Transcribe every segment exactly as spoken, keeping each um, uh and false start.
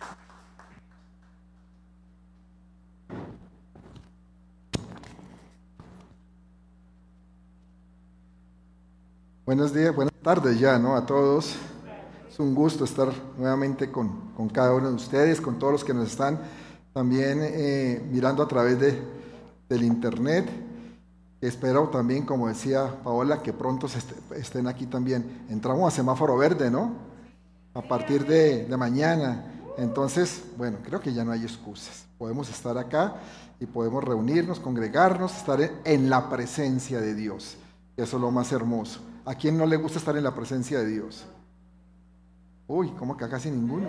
Buenos días, buenas tardes ya, ¿no? A todos. Es un gusto estar nuevamente con, con cada uno de ustedes, con todos los que nos están también eh, mirando a través de, del internet. Espero también, como decía Paola, que pronto se est estén aquí también. Entramos a semáforo verde, ¿no? A partir de, de mañana. Entonces, bueno, creo que ya no hay excusas. Podemos estar acá y podemos reunirnos, congregarnos, estar en, en la presencia de Dios. Eso es lo más hermoso. ¿A quién no le gusta estar en la presencia de Dios? Uy, ¿cómo que a casi ninguno?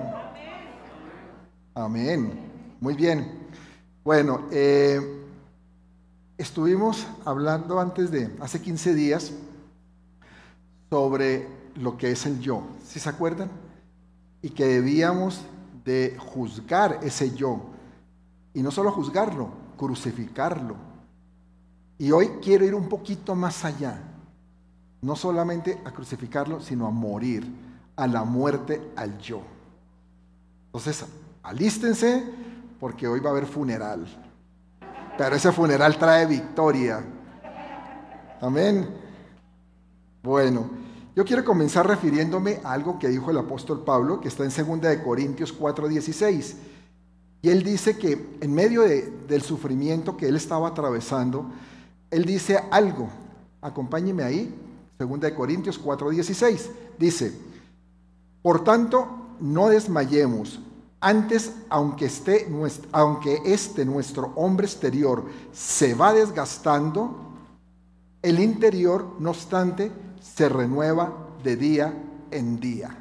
Amén. Muy bien. Bueno, eh, estuvimos hablando antes de, hace quince días, sobre lo que es el yo. ¿Sí se acuerdan? Y que debíamos de juzgar ese yo. Y no solo juzgarlo, crucificarlo. Y hoy quiero ir un poquito más allá. No solamente a crucificarlo, sino a morir, a la muerte al yo. Entonces, alístense, porque hoy va a haber funeral. Pero ese funeral trae victoria. Amén. Bueno, yo quiero comenzar refiriéndome a algo que dijo el apóstol Pablo, que está en segunda de Corintios cuatro dieciséis. Y él dice que en medio de, del sufrimiento que él estaba atravesando, él dice algo. Acompáñenme ahí. segunda de Corintios cuatro dieciséis, dice: por tanto, no desmayemos, antes, aunque, esté, aunque este nuestro hombre exterior se va desgastando, el interior, no obstante, se renueva de día en día.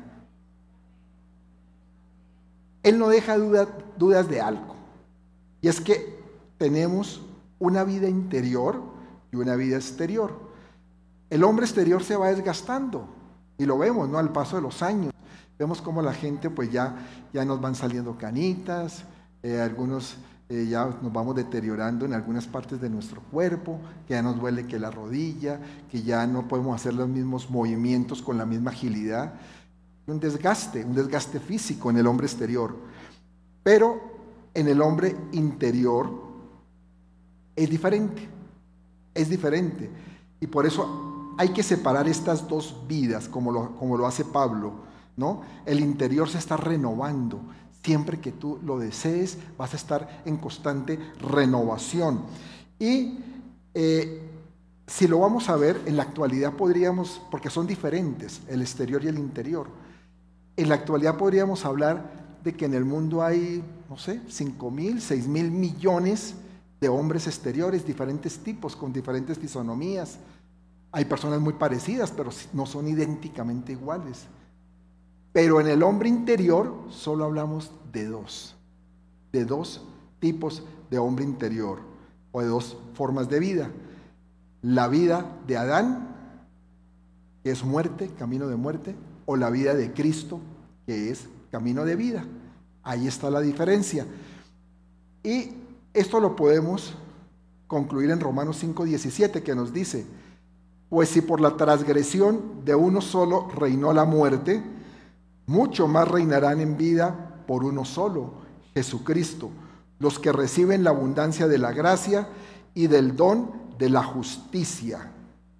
Él no deja duda, dudas de algo, y es que tenemos una vida interior y una vida exterior. El hombre exterior se va desgastando y lo vemos, ¿no? Al paso de los años. Vemos como la gente pues ya, ya nos van saliendo canitas, eh, algunos eh, ya nos vamos deteriorando en algunas partes de nuestro cuerpo, que ya nos duele que la rodilla, que ya no podemos hacer los mismos movimientos con la misma agilidad. Un desgaste, un desgaste físico en el hombre exterior. Pero en el hombre interior es diferente, es diferente. Y por eso hay que separar estas dos vidas, como lo, como lo hace Pablo, ¿no? El interior se está renovando. Siempre que tú lo desees, vas a estar en constante renovación. Y eh, si lo vamos a ver, en la actualidad podríamos, porque son diferentes, el exterior y el interior. En la actualidad podríamos hablar de que en el mundo hay, no sé, cinco mil, seis mil millones de hombres exteriores, diferentes tipos, con diferentes fisonomías. Hay personas muy parecidas, pero no son idénticamente iguales. Pero en el hombre interior solo hablamos de dos, de dos tipos de hombre interior, o de dos formas de vida. La vida de Adán, que es muerte, camino de muerte, o la vida de Cristo, que es camino de vida. Ahí está la diferencia. Y esto lo podemos concluir en Romanos cinco diecisiete, que nos dice: pues si por la transgresión de uno solo reinó la muerte, mucho más reinarán en vida por uno solo, Jesucristo, los que reciben la abundancia de la gracia y del don de la justicia.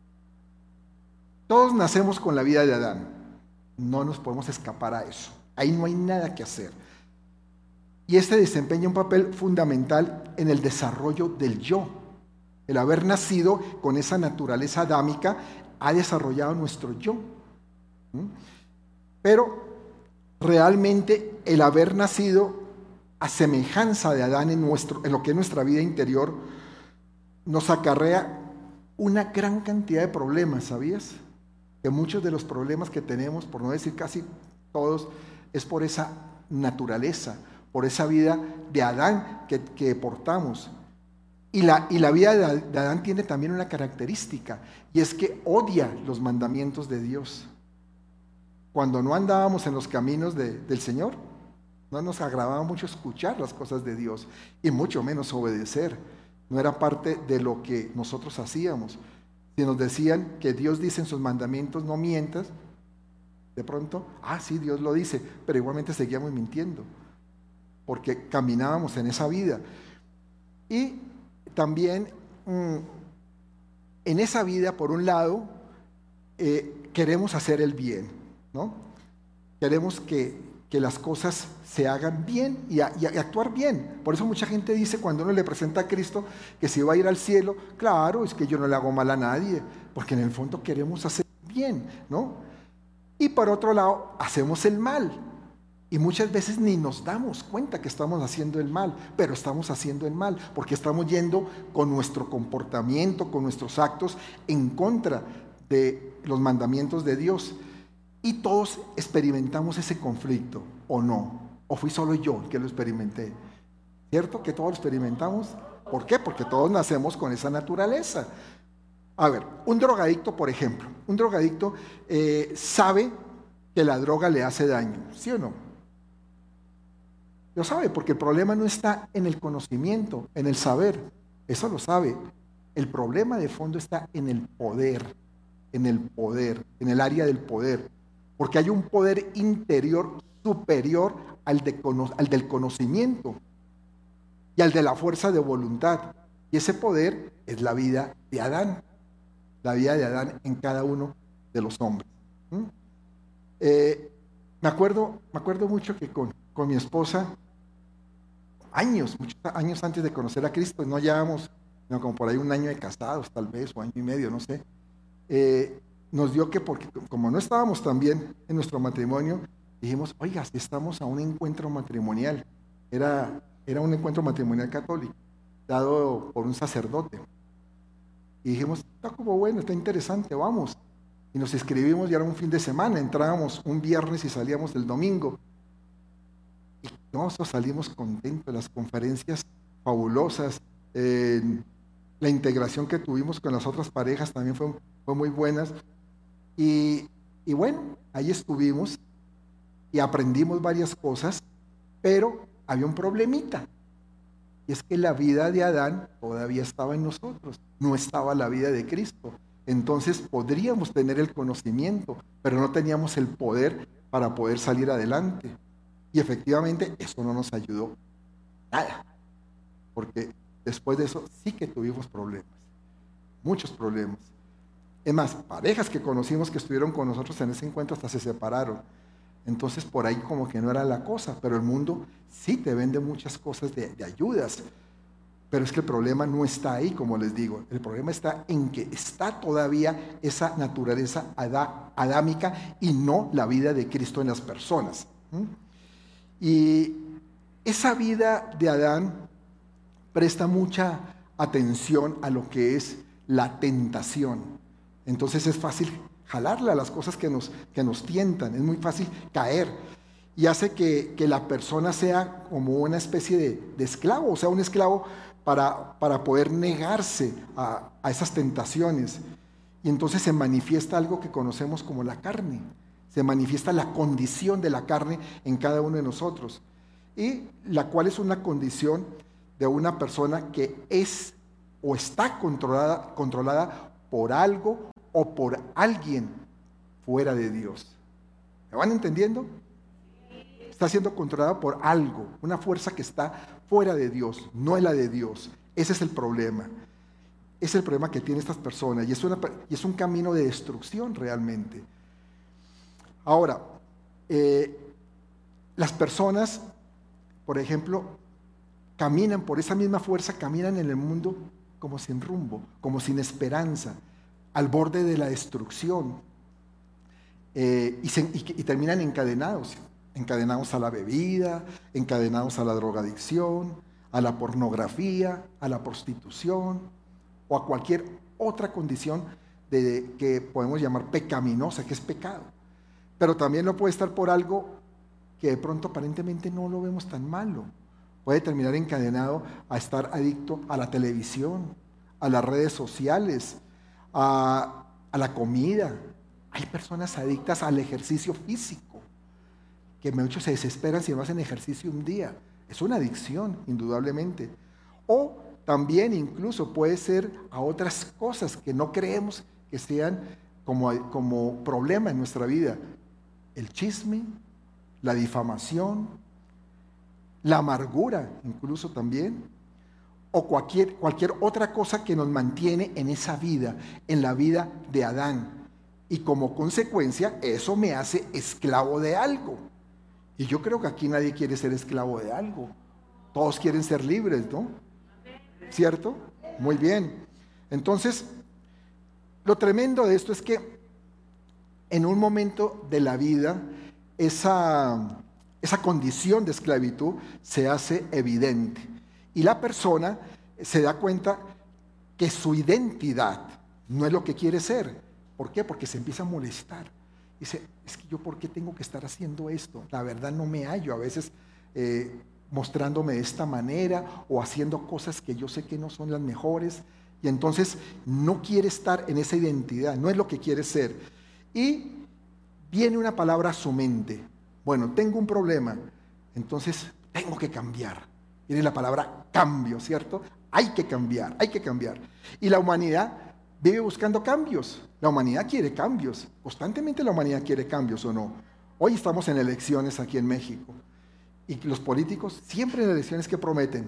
Todos nacemos con la vida de Adán. No nos podemos escapar a eso. Ahí no hay nada que hacer. Y este desempeña un papel fundamental en el desarrollo del yo. El haber nacido con esa naturaleza adámica ha desarrollado nuestro yo. Pero realmente el haber nacido a semejanza de Adán en, nuestro, en lo que es nuestra vida interior nos acarrea una gran cantidad de problemas, ¿sabías? Que muchos de los problemas que tenemos, por no decir casi todos, es por esa naturaleza, por esa vida de Adán que, que portamos. Y la, y la vida de, de Adán tiene también una característica, y es que odia los mandamientos de Dios. Cuando no andábamos en los caminos de, del Señor, no nos agradaba mucho escuchar las cosas de Dios, y mucho menos obedecer. No era parte de lo que nosotros hacíamos. Si nos decían que Dios dice en sus mandamientos, no mientas, de pronto, ah, sí, Dios lo dice, pero igualmente seguíamos mintiendo. porque caminábamos en esa vida. Y también mmm, en esa vida, por un lado, eh, queremos hacer el bien, ¿no? Queremos que, que las cosas se hagan bien y, a, y, a, y actuar bien. Por eso mucha gente dice cuando uno le presenta a Cristo que si va a ir al cielo, claro, es que yo no le hago mal a nadie, porque en el fondo queremos hacer bien, ¿no? Y por otro lado, hacemos el mal. Y muchas veces ni nos damos cuenta que estamos haciendo el mal, pero estamos haciendo el mal, porque estamos yendo con nuestro comportamiento, con nuestros actos, en contra de los mandamientos de Dios. Y todos experimentamos ese conflicto, ¿o no? ¿O fui solo yo el que lo experimenté? ¿Cierto que todos lo experimentamos? ¿Por qué? Porque todos nacemos con esa naturaleza. A ver, un drogadicto, por ejemplo, un drogadicto eh, sabe que la droga le hace daño, ¿sí o no? Lo sabe, porque el problema no está en el conocimiento, en el saber, eso lo sabe. El problema de fondo está en el poder, en el poder, en el área del poder, porque hay un poder interior superior al, de, al del conocimiento y al de la fuerza de voluntad. Y ese poder es la vida de Adán, la vida de Adán en cada uno de los hombres. ¿Mm? Eh, me acuerdo, me acuerdo mucho que con, con mi esposa, años, muchos años antes de conocer a Cristo, no llevamos, no, como por ahí un año de casados, tal vez, o año y medio, no sé, eh, nos dio que, porque como no estábamos tan bien en nuestro matrimonio, dijimos, oiga, si estamos a un encuentro matrimonial, era, era un encuentro matrimonial católico, dado por un sacerdote, y dijimos, está como bueno, está interesante, vamos, y nos inscribimos, y era un fin de semana, entrábamos un viernes y salíamos el domingo, y nosotros salimos contentos, las conferencias fabulosas, eh, la integración que tuvimos con las otras parejas también fue, fue muy buenas, y, y bueno, ahí estuvimos, y aprendimos varias cosas, pero había un problemita, y es que la vida de Adán todavía estaba en nosotros, no estaba la vida de Cristo. Entonces podríamos tener el conocimiento, pero no teníamos el poder para poder salir adelante. Y efectivamente eso no nos ayudó nada, porque después de eso sí que tuvimos problemas, muchos problemas. Es más, parejas que conocimos que estuvieron con nosotros en ese encuentro hasta se separaron. Entonces por ahí como que no era la cosa, pero el mundo sí te vende muchas cosas de, de ayudas. Pero es que el problema no está ahí, como les digo. El problema está en que está todavía esa naturaleza adá, adámica y no la vida de Cristo en las personas. ¿Mm? Y esa vida de Adán presta mucha atención a lo que es la tentación. Entonces es fácil jalarle a las cosas que nos, que nos tientan, es muy fácil caer. Y hace que, que la persona sea como una especie de, de esclavo, o sea, un esclavo para, para poder negarse a, a esas tentaciones. Y entonces se manifiesta algo que conocemos como la carne. Se manifiesta la condición de la carne en cada uno de nosotros. Y la cual es una condición de una persona que es o está controlada, controlada por algo o por alguien fuera de Dios. ¿Me van entendiendo? Está siendo controlada por algo, una fuerza que está fuera de Dios, no es la de Dios. Ese es el problema. Ese es el problema que tienen estas personas y es, una, y es un camino de destrucción realmente. Ahora, eh, las personas, por ejemplo, caminan por esa misma fuerza, caminan en el mundo como sin rumbo, como sin esperanza, al borde de la destrucción, eh, y, se, y, y terminan encadenados. Encadenados a la bebida, encadenados a la drogadicción, a la pornografía, a la prostitución o a cualquier otra condición de, que podemos llamar pecaminosa, que es pecado. Pero también no puede estar por algo que de pronto aparentemente no lo vemos tan malo. Puede terminar encadenado a estar adicto a la televisión, a las redes sociales, a, a la comida. Hay personas adictas al ejercicio físico, que muchos se desesperan si no hacen ejercicio un día. Es una adicción, indudablemente. O también incluso puede ser a otras cosas que no creemos que sean como, como problema en nuestra vida. El chisme, la difamación, la amargura incluso también, o cualquier, cualquier otra cosa que nos mantiene en esa vida, en la vida de Adán. Y como consecuencia, eso me hace esclavo de algo. Y yo creo que aquí nadie quiere ser esclavo de algo. Todos quieren ser libres, ¿no? ¿Cierto? Muy bien. Entonces, lo tremendo de esto es que en un momento de la vida, esa, esa condición de esclavitud se hace evidente. Y la persona se da cuenta que su identidad no es lo que quiere ser. ¿Por qué? Porque se empieza a molestar. Dice, es que yo ¿por qué tengo que estar haciendo esto? La verdad no me hallo a veces eh, mostrándome de esta manera o haciendo cosas que yo sé que no son las mejores. Y entonces no quiere estar en esa identidad, no es lo que quiere ser. Y viene una palabra a su mente. Bueno, tengo un problema, entonces tengo que cambiar. Viene la palabra cambio, ¿cierto? Hay que cambiar, hay que cambiar. Y la humanidad vive buscando cambios. La humanidad quiere cambios. Constantemente la humanidad quiere cambios, ¿o no? Hoy estamos en elecciones aquí en México. Y los políticos siempre en elecciones ¿qué prometen?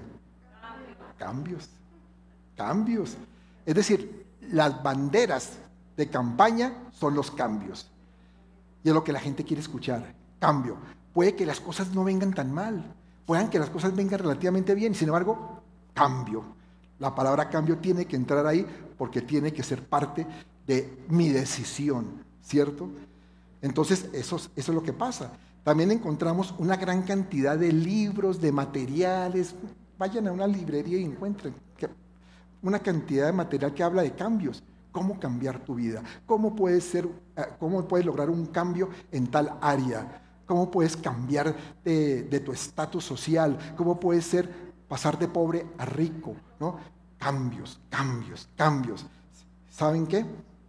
Cambios. Cambios. Es decir, las banderas de campaña son los cambios. Y es lo que la gente quiere escuchar. Cambio. Puede que las cosas no vengan tan mal. Puedan que las cosas vengan relativamente bien. Sin embargo, cambio. La palabra cambio tiene que entrar ahí porque tiene que ser parte de mi decisión, ¿cierto? Entonces, eso, eso es lo que pasa. También encontramos una gran cantidad de libros, de materiales. Vayan a una librería y encuentren una cantidad de material que habla de cambios. ¿Cómo cambiar tu vida? ¿Cómo puedes ser, cómo puedes lograr un cambio en tal área? ¿Cómo puedes cambiar de, de tu estatus social? ¿Cómo puedes ser, pasar de pobre a rico? ¿No? Cambios, cambios, cambios. ¿Saben qué?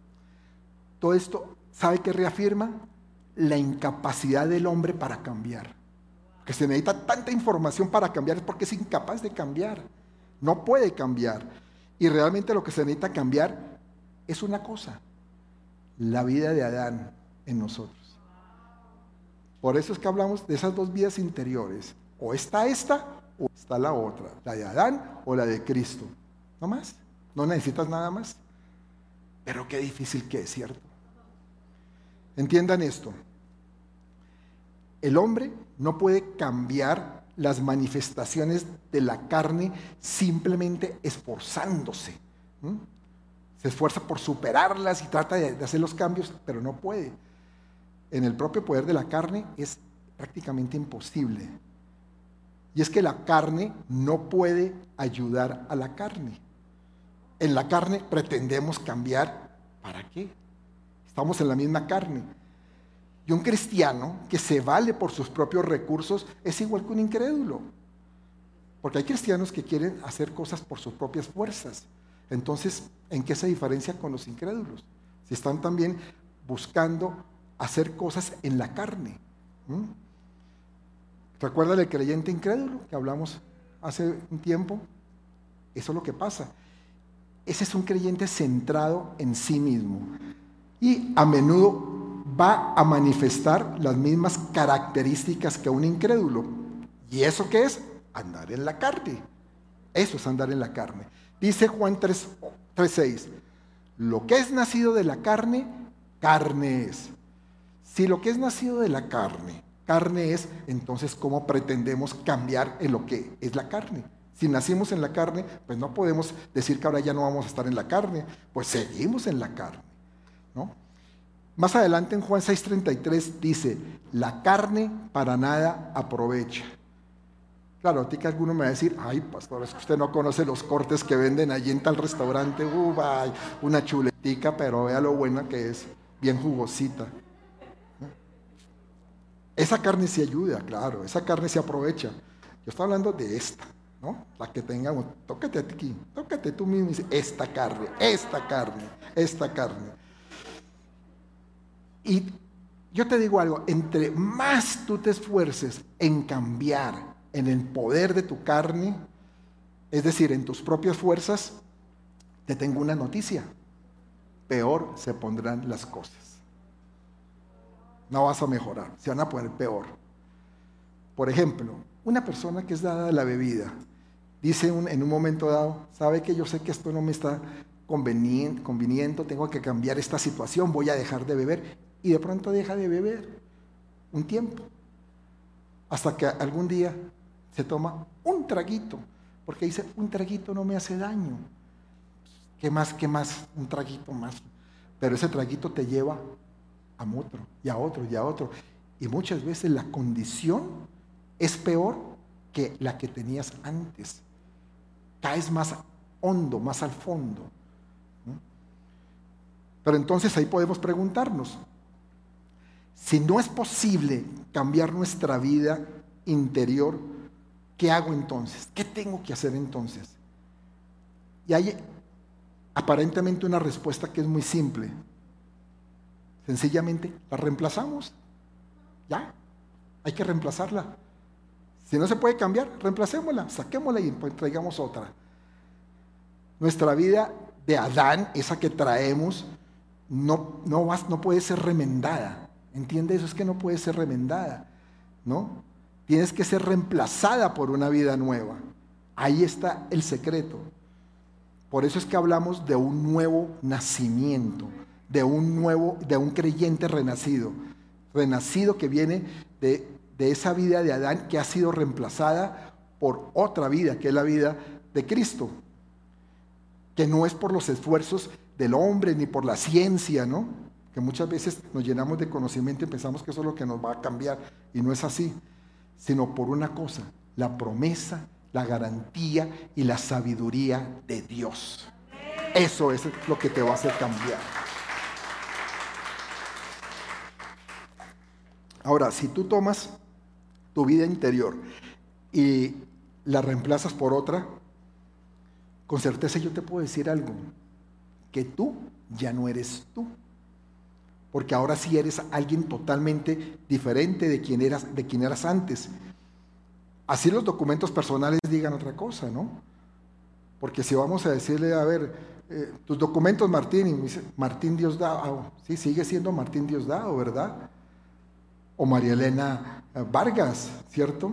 Todo esto, ¿sabe qué reafirma? La incapacidad del hombre para cambiar. Que se necesita tanta información para cambiar es porque es incapaz de cambiar. No puede cambiar. Y realmente lo que se necesita cambiar es una cosa: la vida de Adán en nosotros. Por eso es que hablamos de esas dos vidas interiores. O está esta o está la otra. La de Adán o la de Cristo. No más. No necesitas nada más. Pero qué difícil que es, ¿cierto? Entiendan esto. El hombre no puede cambiar las manifestaciones de la carne simplemente esforzándose. ¿Mm? Se esfuerza por superarlas y trata de, de hacer los cambios, pero no puede. En el propio poder de la carne es prácticamente imposible. Y es que la carne no puede ayudar a la carne. En la carne pretendemos cambiar. ¿Para qué? Estamos en la misma carne. Y un cristiano que se vale por sus propios recursos es igual que un incrédulo. Porque hay cristianos que quieren hacer cosas por sus propias fuerzas. Entonces, ¿en qué se diferencia con los incrédulos? Si están también buscando hacer cosas en la carne. ¿Mm? ¿Recuerda del creyente incrédulo que hablamos hace un tiempo? Eso es lo que pasa. Ese es un creyente centrado en sí mismo. Y a menudo va a manifestar las mismas características que un incrédulo. ¿Y eso qué es? Andar en la carne. Eso es andar en la carne. Dice Juan tres seis, lo que es nacido de la carne, carne es. Si lo que es nacido de la carne, carne es, entonces ¿cómo pretendemos cambiar en lo que es la carne? Si nacimos en la carne, pues no podemos decir que ahora ya no vamos a estar en la carne, pues seguimos en la carne, ¿no? Más adelante en Juan seis treinta y tres dice, la carne para nada aprovecha. Claro, a ti que alguno me va a decir, ay pastor, es que usted no conoce los cortes que venden allí en tal restaurante, uh, ay, una chuletica, pero vea lo buena que es, bien jugosita. Esa carne sí ayuda, claro, esa carne sí aprovecha. Yo estoy hablando de esta, ¿no? La que tengamos, tócate aquí, tócate tú mismo y dice, esta carne, esta carne, esta carne. Y yo te digo algo, entre más tú te esfuerces en cambiar en el poder de tu carne, es decir, en tus propias fuerzas, te tengo una noticia, peor se pondrán las cosas. No vas a mejorar, se van a poner peor. Por ejemplo, Una persona que es dada a la bebida, dice un, en un momento dado, sabe que yo sé que esto no me está conveniente, conveniente, tengo que cambiar esta situación, voy a dejar de beber, y de pronto deja de beber un tiempo, hasta que algún día se toma un traguito, porque dice, un traguito no me hace daño. ¿Qué más, qué más? Un traguito más. Pero ese traguito te lleva a otro, y a otro, y a otro. Y muchas veces la condición es peor que la que tenías antes. Caes más hondo, más al fondo. Pero entonces ahí podemos preguntarnos, si no es posible cambiar nuestra vida interior, ¿qué hago entonces? ¿Qué tengo que hacer entonces? Y hay aparentemente una respuesta que es muy simple. Sencillamente la reemplazamos. Ya, hay que reemplazarla. Si no se puede cambiar, reemplacémosla, saquémosla y pues traigamos otra. Nuestra vida de Adán, esa que traemos, no, no, va, no puede ser remendada. ¿Entiende eso? Es que no puede ser remendada, ¿no? Tienes que ser reemplazada por una vida nueva. Ahí está el secreto. Por eso es que hablamos de un nuevo nacimiento, de un nuevo, de un creyente renacido. Renacido que viene de, de esa vida de Adán que ha sido reemplazada por otra vida, que es la vida de Cristo. Que no es por los esfuerzos del hombre ni por la ciencia, ¿no? Que muchas veces nos llenamos de conocimiento y pensamos que eso es lo que nos va a cambiar, y no es así, sino por una cosa, la promesa, la garantía y la sabiduría de Dios. Eso es lo que te va a hacer cambiar. Ahora, si tú tomas tu vida interior y la reemplazas por otra, con certeza yo te puedo decir algo, que tú ya no eres tú. Porque ahora sí eres alguien totalmente diferente de quien eras, de quien eras antes. Así los documentos personales digan otra cosa, ¿no? Porque si vamos a decirle, a ver, eh, tus documentos, Martín, y me dice, Martín Diosdado, sí, sigue siendo Martín Diosdado, ¿verdad? O María Elena Vargas, ¿cierto?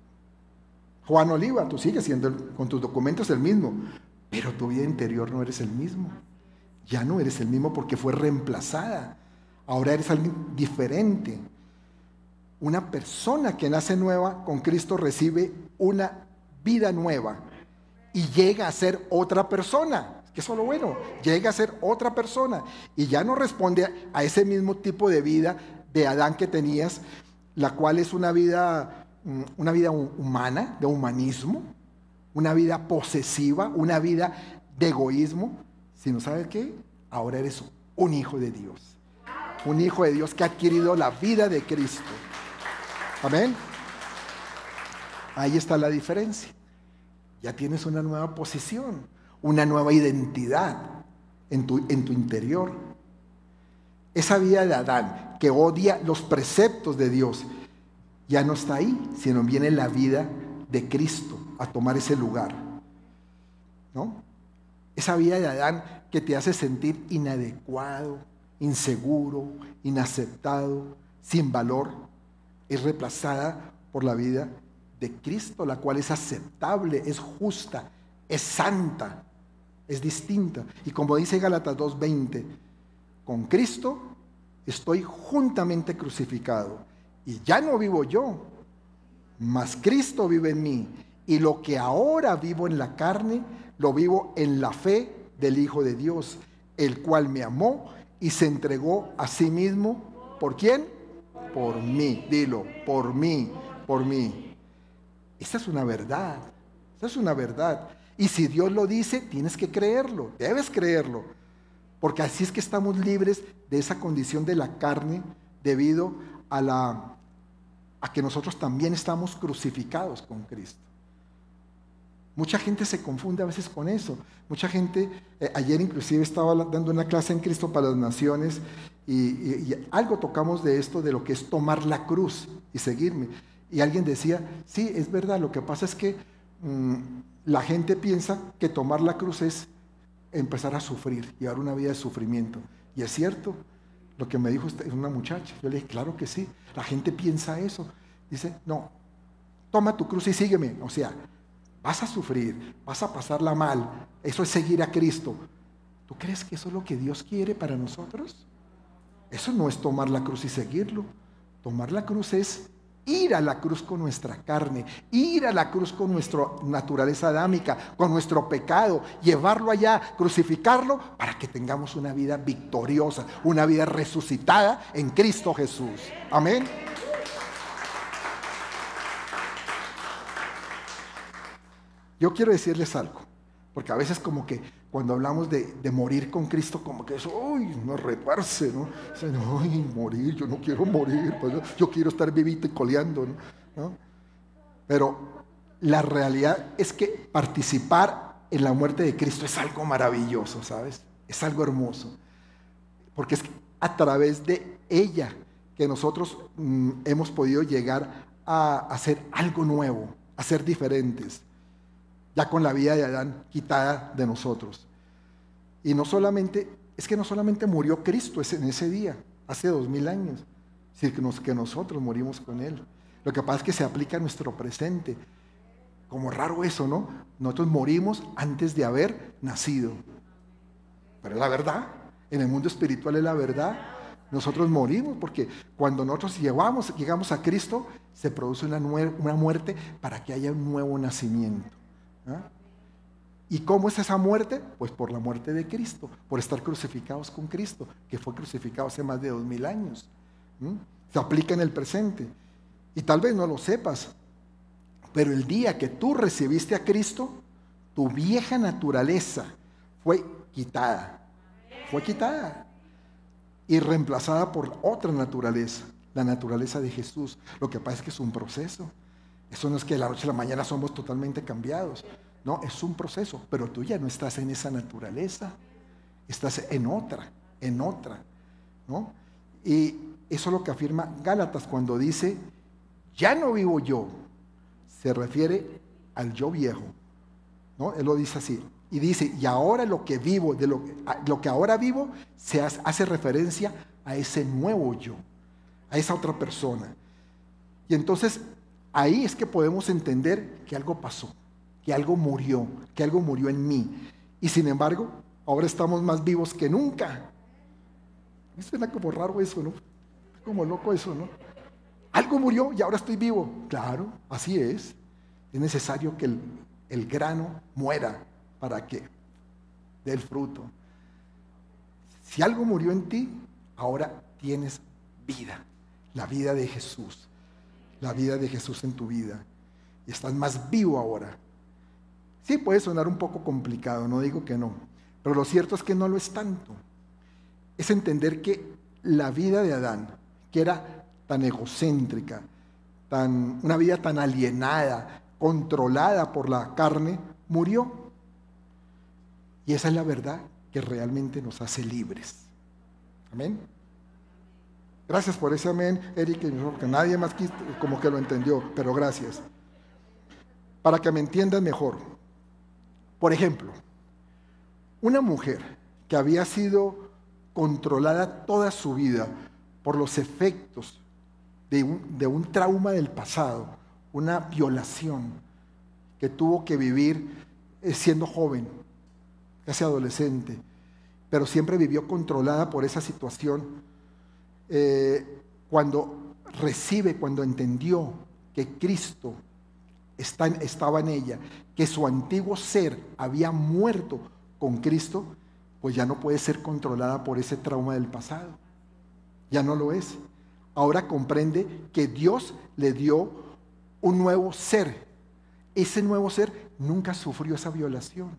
Juan Oliva, tú sigues siendo el, con tus documentos el mismo, pero tu vida interior no eres el mismo. Ya no eres el mismo porque fue reemplazada. Ahora eres alguien diferente. Una persona que nace nueva con Cristo recibe una vida nueva y llega a ser otra persona. Que eso es lo bueno, llega a ser otra persona y ya no responde a, a ese mismo tipo de vida de Adán que tenías, la cual es una vida, una vida humana, de humanismo, una vida posesiva, una vida de egoísmo, sino ¿sabe qué? Ahora eres un hijo de Dios. Un hijo de Dios que ha adquirido la vida de Cristo. Amén. Ahí está la diferencia. Ya tienes una nueva posición, una nueva identidad en tu, en tu interior. Esa vida de Adán que odia los preceptos de Dios ya no está ahí, sino viene la vida de Cristo a tomar ese lugar, ¿no? Esa vida de Adán que te hace sentir inadecuado, inseguro, inaceptado, sin valor, es reemplazada por la vida de Cristo, la cual es aceptable, es justa, es santa, es distinta. Y como dice Gálatas dos veinte, con Cristo estoy juntamente crucificado, y ya no vivo yo, mas Cristo vive en mí, y lo que ahora vivo en la carne, lo vivo en la fe del Hijo de Dios, el cual me amó y se entregó a sí mismo. ¿Por quién? Por mí. Dilo, por mí, por mí. Esta es una verdad. Esta es una verdad. Y si Dios lo dice, tienes que creerlo. Debes creerlo. Porque así es que estamos libres de esa condición de la carne debido a, la, a que nosotros también estamos crucificados con Cristo. Mucha gente se confunde a veces con eso. Mucha gente, eh, ayer inclusive estaba dando una clase en Cristo para las Naciones y, y, y algo tocamos de esto, de lo que es tomar la cruz y seguirme. Y alguien decía, sí, es verdad, lo que pasa es que mmm, la gente piensa que tomar la cruz es empezar a sufrir, llevar una vida de sufrimiento. Y es cierto, lo que me dijo una muchacha, yo le dije, claro que sí, la gente piensa eso. Dice, no, toma tu cruz y sígueme. O sea, vas a sufrir, vas a pasarla mal. Eso es seguir a Cristo. ¿Tú crees que eso es lo que Dios quiere para nosotros? Eso no es tomar la cruz y seguirlo. Tomar la cruz es ir a la cruz con nuestra carne, ir a la cruz con nuestra naturaleza adámica, con nuestro pecado, llevarlo allá, crucificarlo para que tengamos una vida victoriosa, una vida resucitada en Cristo Jesús. Amén. Yo quiero decirles algo, porque a veces como que cuando hablamos de, de morir con Cristo, como que eso, uy, nos retuerce, ¿no? Dicen, ay, morir, yo no quiero morir, pues, yo, yo quiero estar vivito y coleando, ¿no? ¿no? Pero la realidad es que participar en la muerte de Cristo es algo maravilloso, ¿sabes? Es algo hermoso, porque es a través de ella que nosotros mm, hemos podido llegar a hacer algo nuevo, a ser diferentes. Ya con la vida de Adán quitada de nosotros. Y no solamente, es que no solamente murió Cristo en ese día, hace dos mil años, sino que nosotros morimos con Él. Lo que pasa es que se aplica a nuestro presente. Como raro eso, ¿no? Nosotros morimos antes de haber nacido. Pero es la verdad, en el mundo espiritual es la verdad. Nosotros morimos porque cuando nosotros llegamos, llegamos a Cristo, se produce una, una muerte para que haya un nuevo nacimiento. ¿Ah? ¿Y cómo es esa muerte? Pues por la muerte de Cristo, por estar crucificados con Cristo, que fue crucificado hace más de dos mil años. ¿Mm? Se aplica en el presente. Y tal vez no lo sepas, pero el día que tú recibiste a Cristo, tu vieja naturaleza fue quitada. Fue quitada y reemplazada por otra naturaleza, la naturaleza de Jesús. Lo que pasa es que es un proceso. Eso no es que de la noche a la mañana somos totalmente cambiados. No, es un proceso, pero tú ya no estás en esa naturaleza. Estás en otra, en otra, ¿no? Y eso es lo que afirma Gálatas cuando dice, ya no vivo yo. Se refiere al yo viejo, ¿no? Él lo dice así. Y dice, y ahora lo que vivo, de lo, lo que ahora vivo, se hace, hace referencia a ese nuevo yo, a esa otra persona. Y entonces, ahí es que podemos entender que algo pasó, que algo murió, que algo murió en mí. Y sin embargo, ahora estamos más vivos que nunca. Me suena como raro eso, ¿no? Como loco eso, ¿no? Algo murió y ahora estoy vivo. Claro, así es. Es necesario que el, el grano muera para que dé el fruto. Si algo murió en ti, ahora tienes vida, la vida de Jesús. La vida de Jesús en tu vida. Y estás más vivo ahora. Sí, puede sonar un poco complicado, no digo que no. Pero lo cierto es que no lo es tanto. Es entender que la vida de Adán, que era tan egocéntrica, tan, una vida tan alienada, controlada por la carne, murió. Y esa es la verdad que realmente nos hace libres. Amén. Gracias por ese amén, Eric, porque nadie más como que lo entendió, pero gracias. Para que me entiendan mejor. Por ejemplo, una mujer que había sido controlada toda su vida por los efectos de un, de un trauma del pasado, una violación que tuvo que vivir siendo joven, casi adolescente, pero siempre vivió controlada por esa situación. Eh, cuando recibe, cuando entendió que Cristo está, estaba en ella, que su antiguo ser había muerto con Cristo, pues ya no puede ser controlada por ese trauma del pasado. Ya no lo es. Ahora comprende que Dios le dio un nuevo ser. Ese nuevo ser nunca sufrió esa violación.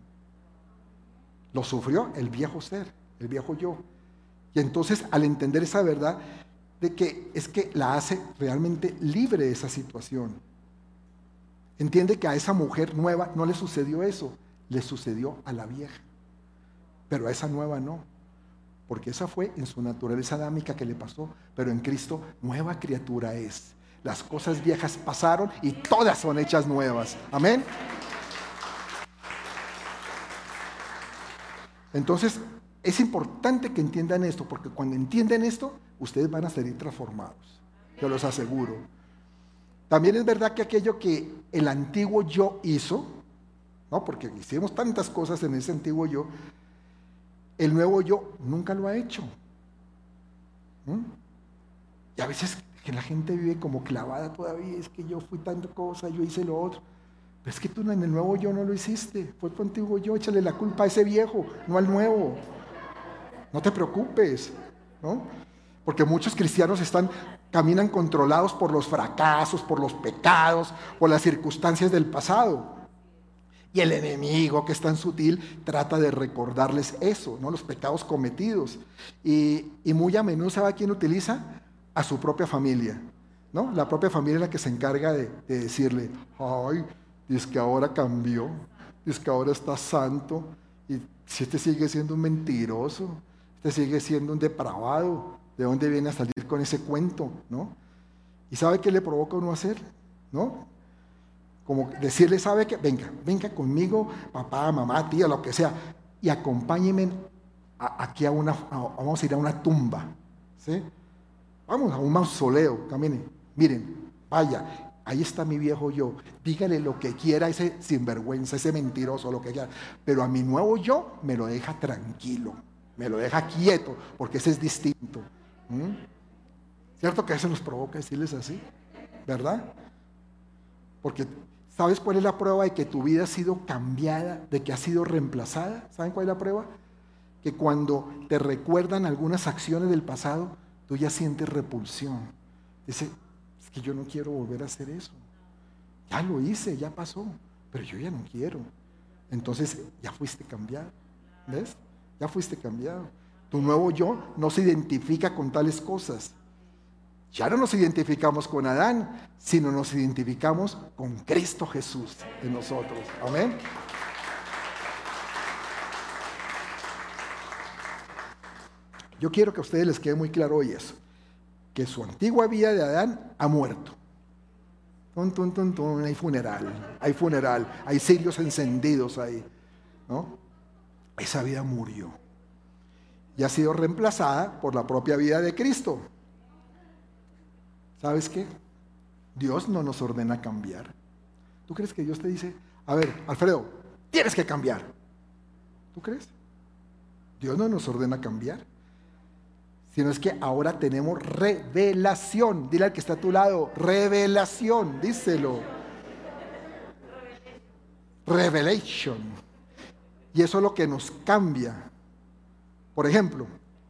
Lo sufrió el viejo ser, el viejo yo. Y entonces, al entender esa verdad, de que es que la hace realmente libre de esa situación. Entiende que a esa mujer nueva no le sucedió eso, le sucedió a la vieja. Pero a esa nueva no, porque esa fue en su naturaleza adámica que le pasó, pero en Cristo nueva criatura es. Las cosas viejas pasaron y todas son hechas nuevas. Amén. Entonces, es importante que entiendan esto, porque cuando entienden esto, ustedes van a salir transformados, yo los aseguro. También es verdad que aquello que el antiguo yo hizo, ¿no? Porque hicimos tantas cosas en ese antiguo yo, el nuevo yo nunca lo ha hecho. ¿Mm? Y a veces que la gente vive como clavada todavía, es que yo fui tanta cosa, yo hice lo otro. Pero es que tú en el nuevo yo no lo hiciste, fue tu antiguo yo, échale la culpa a ese viejo, no al nuevo. No te preocupes, ¿no? Porque muchos cristianos están, caminan controlados por los fracasos, por los pecados, por las circunstancias del pasado. Y el enemigo, que es tan sutil, trata de recordarles eso, ¿no? Los pecados cometidos. Y, y muy a menudo, ¿sabe a quién utiliza? A su propia familia, ¿no? La propia familia es la que se encarga de, de decirle, ay, dice que ahora cambió, dice que ahora está santo, y si este sigue siendo un mentiroso, este sigue siendo un depravado, ¿de dónde viene a salir con ese cuento, no? ¿Y sabe qué le provoca a uno hacer? ¿No? Como decirle, ¿sabe qué? Venga, venga conmigo, papá, mamá, tía, lo que sea, y acompáñenme a, aquí a una, a, vamos a ir a una tumba, ¿sí? Vamos a un mausoleo, caminen, miren, vaya, ahí está mi viejo yo, dígale lo que quiera a ese sinvergüenza, ese mentiroso, lo que quiera, pero a mi nuevo yo me lo deja tranquilo, me lo deja quieto, porque ese es distinto. ¿Mm? ¿Cierto que eso nos provoca decirles así? ¿Verdad? Porque ¿sabes cuál es la prueba de que tu vida ha sido cambiada, de que ha sido reemplazada? ¿Saben cuál es la prueba? Que cuando te recuerdan algunas acciones del pasado, tú ya sientes repulsión. Dices, es que yo no quiero volver a hacer eso. Ya lo hice, ya pasó, pero yo ya no quiero. Entonces ya fuiste cambiado, ¿ves? Ya fuiste cambiado. Tu nuevo yo no se identifica con tales cosas. Ya no nos identificamos con Adán, sino nos identificamos con Cristo Jesús en nosotros. Amén. Yo quiero que a ustedes les quede muy claro hoy eso, que su antigua vida de Adán ha muerto. Tun, tun, tun, tun, hay funeral, hay funeral, hay cirios encendidos ahí, ¿no? Esa vida murió y ha sido reemplazada por la propia vida de Cristo. ¿Sabes qué? Dios no nos ordena cambiar. ¿Tú crees que Dios te dice, a ver, Alfredo, tienes que cambiar? ¿Tú crees? Dios no nos ordena cambiar, sino es que ahora tenemos revelación. Dile al que está a tu lado, revelación, díselo. Revelation. Y eso es lo que nos cambia. Por ejemplo,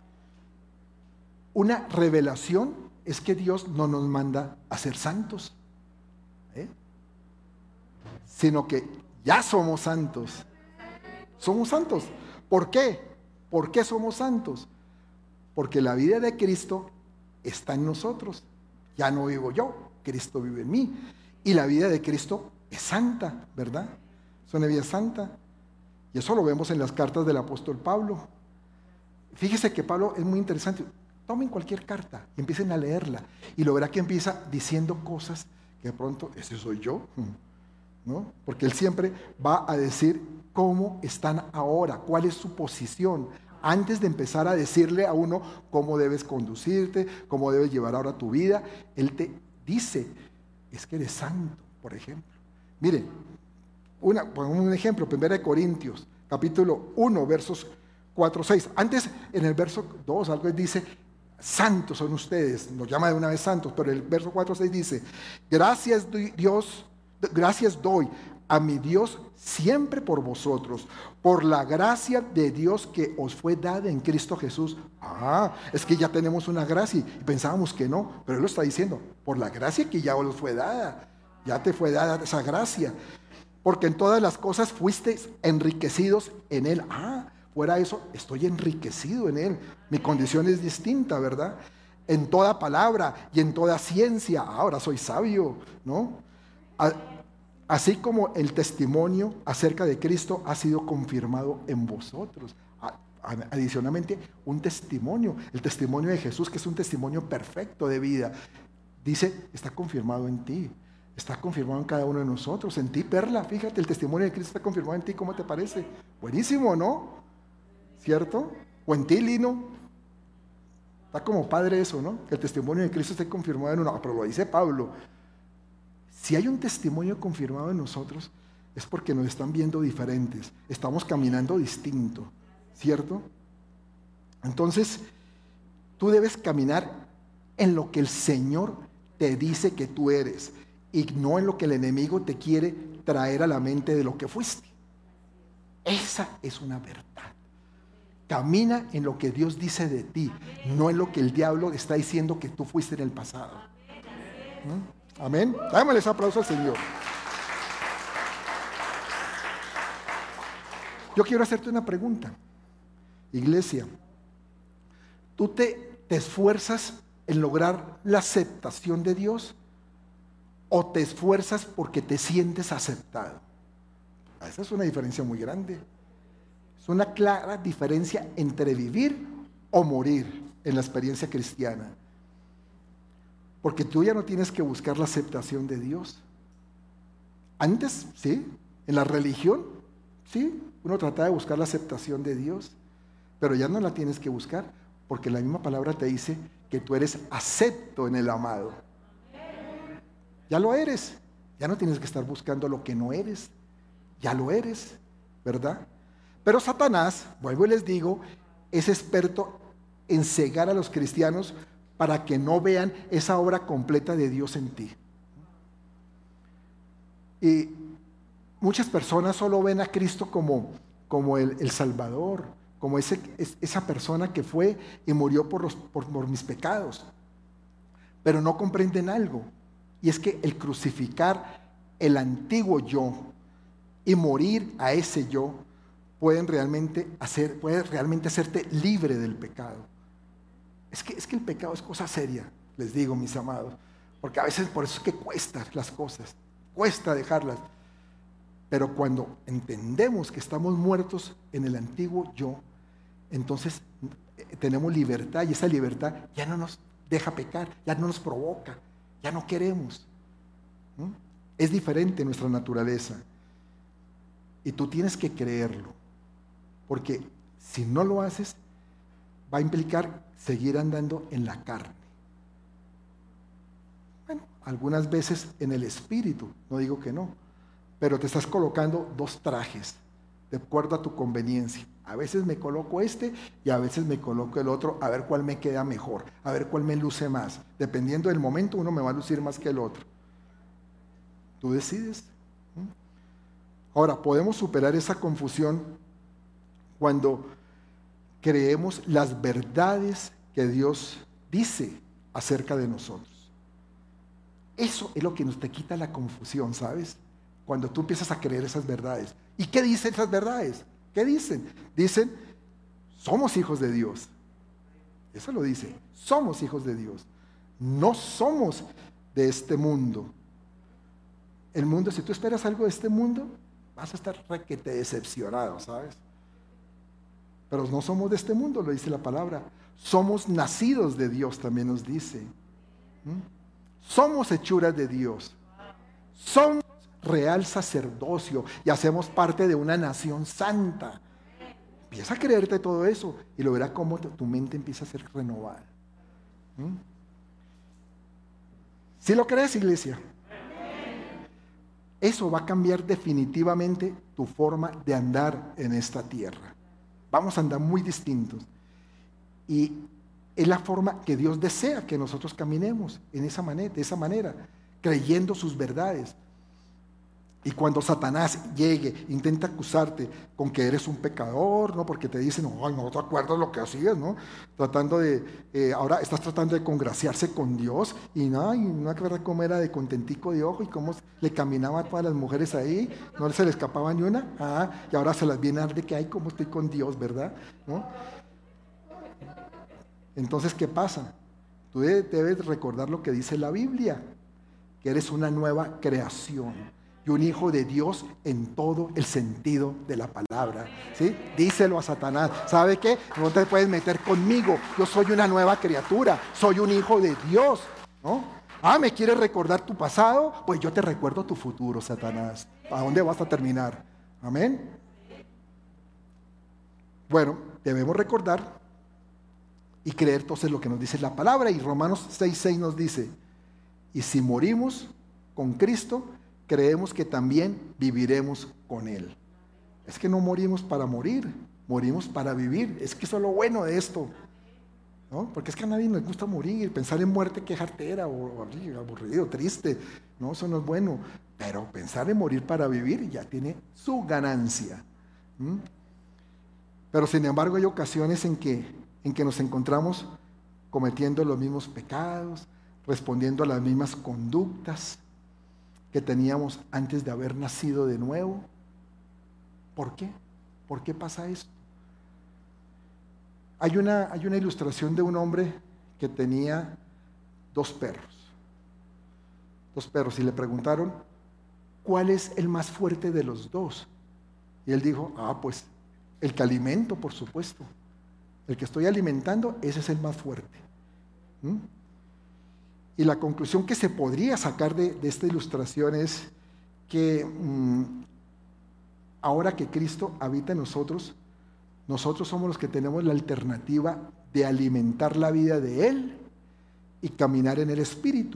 una revelación es que Dios no nos manda a ser santos, ¿eh? Sino que ya somos santos. Somos santos. ¿Por qué? ¿Por qué somos santos? Porque la vida de Cristo está en nosotros. Ya no vivo yo, Cristo vive en mí. Y la vida de Cristo es santa, ¿verdad? Es una vida santa. Y eso lo vemos en las cartas del apóstol Pablo. Fíjese que Pablo es muy interesante. Tomen cualquier carta y empiecen a leerla. Y lo verá que empieza diciendo cosas que de pronto, ese soy yo, ¿no? Porque él siempre va a decir cómo están ahora, cuál es su posición, antes de empezar a decirle a uno cómo debes conducirte, cómo debes llevar ahora tu vida. Él te dice, es que eres santo, por ejemplo. Miren, una, un ejemplo, primera de Corintios, capítulo uno, versos cuatro, seis. Antes, en el verso dos, algo dice, santos son ustedes, nos llama de una vez santos, pero el verso cuatro, seis dice, gracias Dios, gracias doy a mi Dios siempre por vosotros, por la gracia de Dios que os fue dada en Cristo Jesús. Ah, es que ya tenemos una gracia y pensábamos que no, pero Él lo está diciendo, por la gracia que ya os fue dada, ya te fue dada esa gracia, porque en todas las cosas fuisteis enriquecidos en Él. Ah, fuera eso, estoy enriquecido en Él, mi condición es distinta, ¿verdad? En toda palabra y en toda ciencia, ahora soy sabio, ¿no? A, Así como el testimonio acerca de Cristo ha sido confirmado en vosotros. Adicionalmente, un testimonio, el testimonio de Jesús, que es un testimonio perfecto de vida, dice, está confirmado en ti, está confirmado en cada uno de nosotros, en ti, Perla, fíjate, el testimonio de Cristo está confirmado en ti, ¿cómo te parece? Buenísimo, ¿no? ¿Cierto? O en ti, Lino. Está como padre eso, ¿no? Que el testimonio de Cristo esté confirmado en uno, pero lo dice Pablo. Si hay un testimonio confirmado en nosotros, es porque nos están viendo diferentes, estamos caminando distinto, ¿cierto? Entonces, tú debes caminar en lo que el Señor te dice que tú eres y no en lo que el enemigo te quiere traer a la mente de lo que fuiste. Esa es una verdad. Camina en lo que Dios dice de ti, no en lo que el diablo está diciendo que tú fuiste en el pasado. ¿Mm? Amén. Dámosle ese aplauso al Señor. Yo quiero hacerte una pregunta, iglesia. ¿Tú te, te esfuerzas en lograr la aceptación de Dios o te esfuerzas porque te sientes aceptado? Esa es una diferencia muy grande. Es una clara diferencia entre vivir o morir en la experiencia cristiana. Porque tú ya no tienes que buscar la aceptación de Dios. Antes, sí, en la religión, sí, uno trataba de buscar la aceptación de Dios, pero ya no la tienes que buscar, porque la misma palabra te dice que tú eres acepto en el amado. Ya lo eres, ya no tienes que estar buscando lo que no eres, ya lo eres, ¿verdad? Pero Satanás, vuelvo y les digo, es experto en cegar a los cristianos para que no vean esa obra completa de Dios en ti. Y muchas personas solo ven a Cristo como, como el, el Salvador, como ese, esa persona que fue y murió por, los, por, por mis pecados. Pero no comprenden algo, y es que el crucificar el antiguo yo y morir a ese yo pueden realmente hacer, puede realmente hacerte libre del pecado. Es que, es que el pecado es cosa seria, les digo, mis amados, porque a veces por eso es que cuesta las cosas, cuesta dejarlas. Pero cuando entendemos que estamos muertos en el antiguo yo, entonces tenemos libertad, y esa libertad ya no nos deja pecar, ya no nos provoca, ya no queremos. ¿Mm? Es diferente nuestra naturaleza. Y tú tienes que creerlo, porque si no lo haces, va a implicar seguir andando en la carne. Bueno, algunas veces en el espíritu, no digo que no, pero te estás colocando dos trajes, de acuerdo a tu conveniencia. A veces me coloco este y a veces me coloco el otro, a ver cuál me queda mejor, a ver cuál me luce más. Dependiendo del momento, uno me va a lucir más que el otro. Tú decides. Ahora, podemos superar esa confusión cuando creemos las verdades que Dios dice acerca de nosotros. Eso es lo que nos te quita la confusión, ¿sabes? Cuando tú empiezas a creer esas verdades. ¿Y qué dicen esas verdades? ¿Qué dicen? Dicen, somos hijos de Dios. Eso lo dice, somos hijos de Dios. No somos de este mundo. El mundo, si tú esperas algo de este mundo, vas a estar requete decepcionado, ¿sabes? Pero no somos de este mundo, lo dice la palabra. Somos nacidos de Dios, también nos dice. ¿Mm? Somos hechuras de Dios. Somos real sacerdocio y hacemos parte de una nación santa. Empieza a creerte todo eso y lo verás cómo tu mente empieza a ser renovada. ¿Mm? ¿Sí lo crees, iglesia? Eso va a cambiar definitivamente tu forma de andar en esta tierra. Vamos a andar muy distintos. Y es la forma que Dios desea que nosotros caminemos en esa manera, de esa manera, creyendo sus verdades. Y cuando Satanás llegue, intenta acusarte con que eres un pecador, ¿no? Porque te dicen, no, no te acuerdas lo que hacías, ¿no? Tratando de, eh, ahora estás tratando de congraciarse con Dios, y no, y no acuerdas cómo era de contentico de ojo, y cómo le caminaba a todas las mujeres ahí, no se le escapaba ni una, ah, y ahora se las viene a dar de que, ay, cómo estoy con Dios, ¿verdad? ¿No? Entonces, ¿qué pasa? Tú debes recordar lo que dice la Biblia, que eres una nueva creación y un hijo de Dios en todo el sentido de la palabra, ¿sí? Díselo a Satanás. ¿Sabe qué? No te puedes meter conmigo. Yo soy una nueva criatura. Soy un hijo de Dios, ¿no? Ah, ¿me quieres recordar tu pasado? Pues yo te recuerdo tu futuro, Satanás. ¿A dónde vas a terminar? Amén. Bueno, debemos recordar y creer entonces lo que nos dice la palabra. Y Romanos seis seis nos dice, y si morimos, con Cristo, creemos que también viviremos con Él. Es que no morimos para morir, morimos para vivir. Es que eso es lo bueno de esto, ¿no? Porque es que a nadie nos gusta morir, pensar en muerte que jartera o aburrido, triste, no, eso no es bueno. Pero pensar en morir para vivir ya tiene su ganancia. ¿Mm? Pero sin embargo hay ocasiones en que, en que nos encontramos cometiendo los mismos pecados, respondiendo a las mismas conductas que teníamos antes de haber nacido de nuevo. ¿Por qué? ¿Por qué pasa esto? Hay una, hay una ilustración de un hombre que tenía dos perros. Dos perros, y le preguntaron, ¿cuál es el más fuerte de los dos? Y él dijo, ah, pues el que alimento, por supuesto. El que estoy alimentando, ese es el más fuerte. ¿Mm? Y la conclusión que se podría sacar de, de esta ilustración es que mmm, ahora que Cristo habita en nosotros, nosotros somos los que tenemos la alternativa de alimentar la vida de Él y caminar en el Espíritu.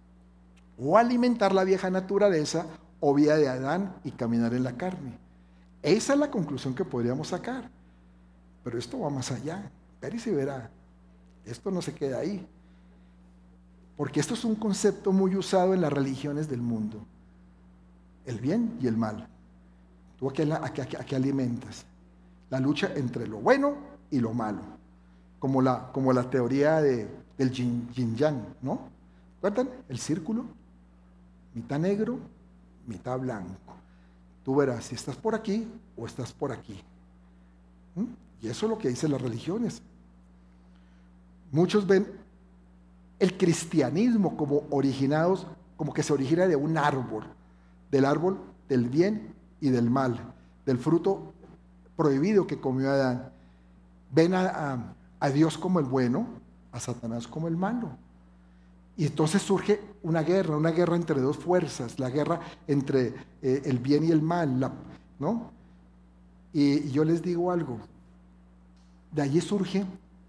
O alimentar la vieja naturaleza o vida de Adán y caminar en la carne. Esa es la conclusión que podríamos sacar. Pero esto va más allá. Ver y se verá. Esto no se queda ahí. Porque esto es un concepto muy usado en las religiones del mundo. El bien y el mal. ¿Tú a qué, a qué, a qué alimentas? La lucha entre lo bueno y lo malo. Como la, como la teoría de, del yin, yin yang, ¿no? ¿Recuerdan? El círculo. Mitad negro, mitad blanco. Tú verás si estás por aquí o estás por aquí. ¿Mm? Y eso es lo que dicen las religiones. Muchos ven el cristianismo como originados, como que se origina de un árbol, del árbol del bien y del mal, del fruto prohibido que comió Adán. Ven a, a, a Dios como el bueno, a Satanás como el malo. Y entonces surge una guerra, una guerra entre dos fuerzas, la guerra entre eh, el bien y el mal, la, ¿no? Y, y yo les digo algo, de allí surge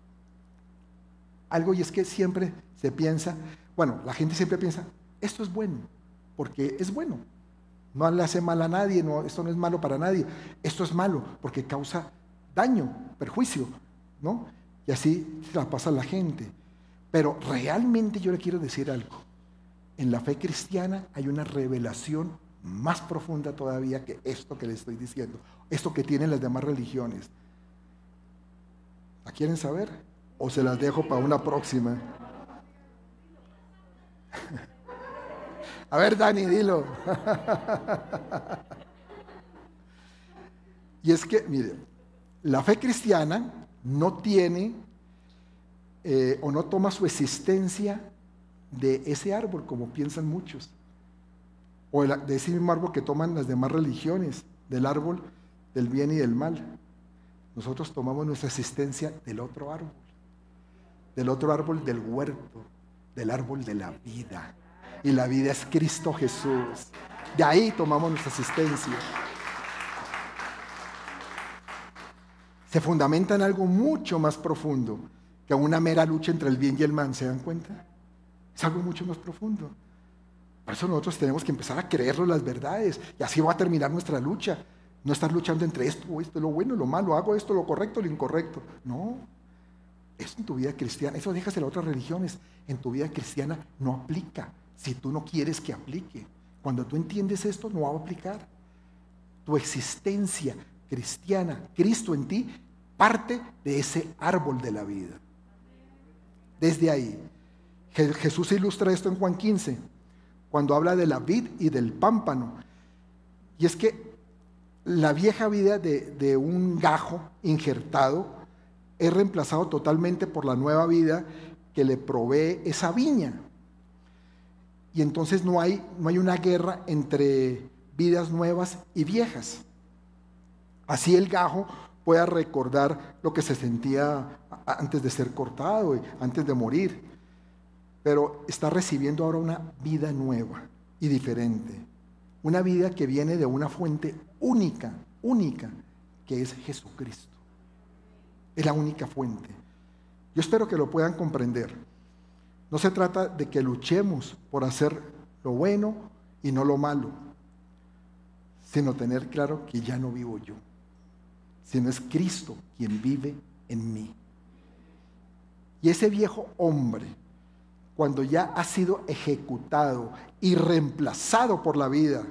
algo, y es que siempre se piensa, bueno, la gente siempre piensa, esto es bueno, porque es bueno, no le hace mal a nadie, no, esto no es malo para nadie, esto es malo porque causa daño, perjuicio, ¿no? Y así se la pasa a la gente. Pero realmente yo le quiero decir algo. En la fe cristiana hay una revelación más profunda todavía que esto que le estoy diciendo, esto que tienen las demás religiones. ¿La quieren saber? ¿O se las dejo para una próxima? A ver, Dani, dilo. Y es que, mire, la fe cristiana no tiene eh, o no toma su existencia de ese árbol, como piensan muchos, o de ese mismo árbol que toman las demás religiones, del árbol del bien y del mal. Nosotros tomamos nuestra existencia del otro árbol, del otro árbol del huerto, del árbol de la vida. Y la vida es Cristo Jesús. De ahí tomamos nuestra existencia. Se fundamenta en algo mucho más profundo que una mera lucha entre el bien y el mal. ¿Se dan cuenta? Es algo mucho más profundo. Por eso nosotros tenemos que empezar a creernos las verdades. Y así va a terminar nuestra lucha. No estar luchando entre esto o esto, lo bueno, lo malo, hago esto, lo correcto, lo incorrecto. No. Eso en tu vida cristiana, eso dejas en las otras religiones. En tu vida cristiana no aplica. Si tú no quieres que aplique. Cuando tú entiendes esto, no va a aplicar. Tu existencia cristiana, Cristo en ti, parte de ese árbol de la vida. Desde ahí. Jesús ilustra esto en Juan quince, cuando habla de la vid y del pámpano. Y es que la vieja vida de, de un gajo injertado es reemplazado totalmente por la nueva vida que le provee esa viña. Y entonces no hay, no hay una guerra entre vidas nuevas y viejas. Así el gajo pueda recordar lo que se sentía antes de ser cortado, antes de morir. Pero está recibiendo ahora una vida nueva y diferente. Una vida que viene de una fuente única, única, que es Jesucristo. Es la única fuente. Yo espero que lo puedan comprender. No se trata de que luchemos por hacer lo bueno y no lo malo, sino tener claro que ya no vivo yo, sino es Cristo quien vive en mí. Y ese viejo hombre, cuando ya ha sido ejecutado y reemplazado por la vida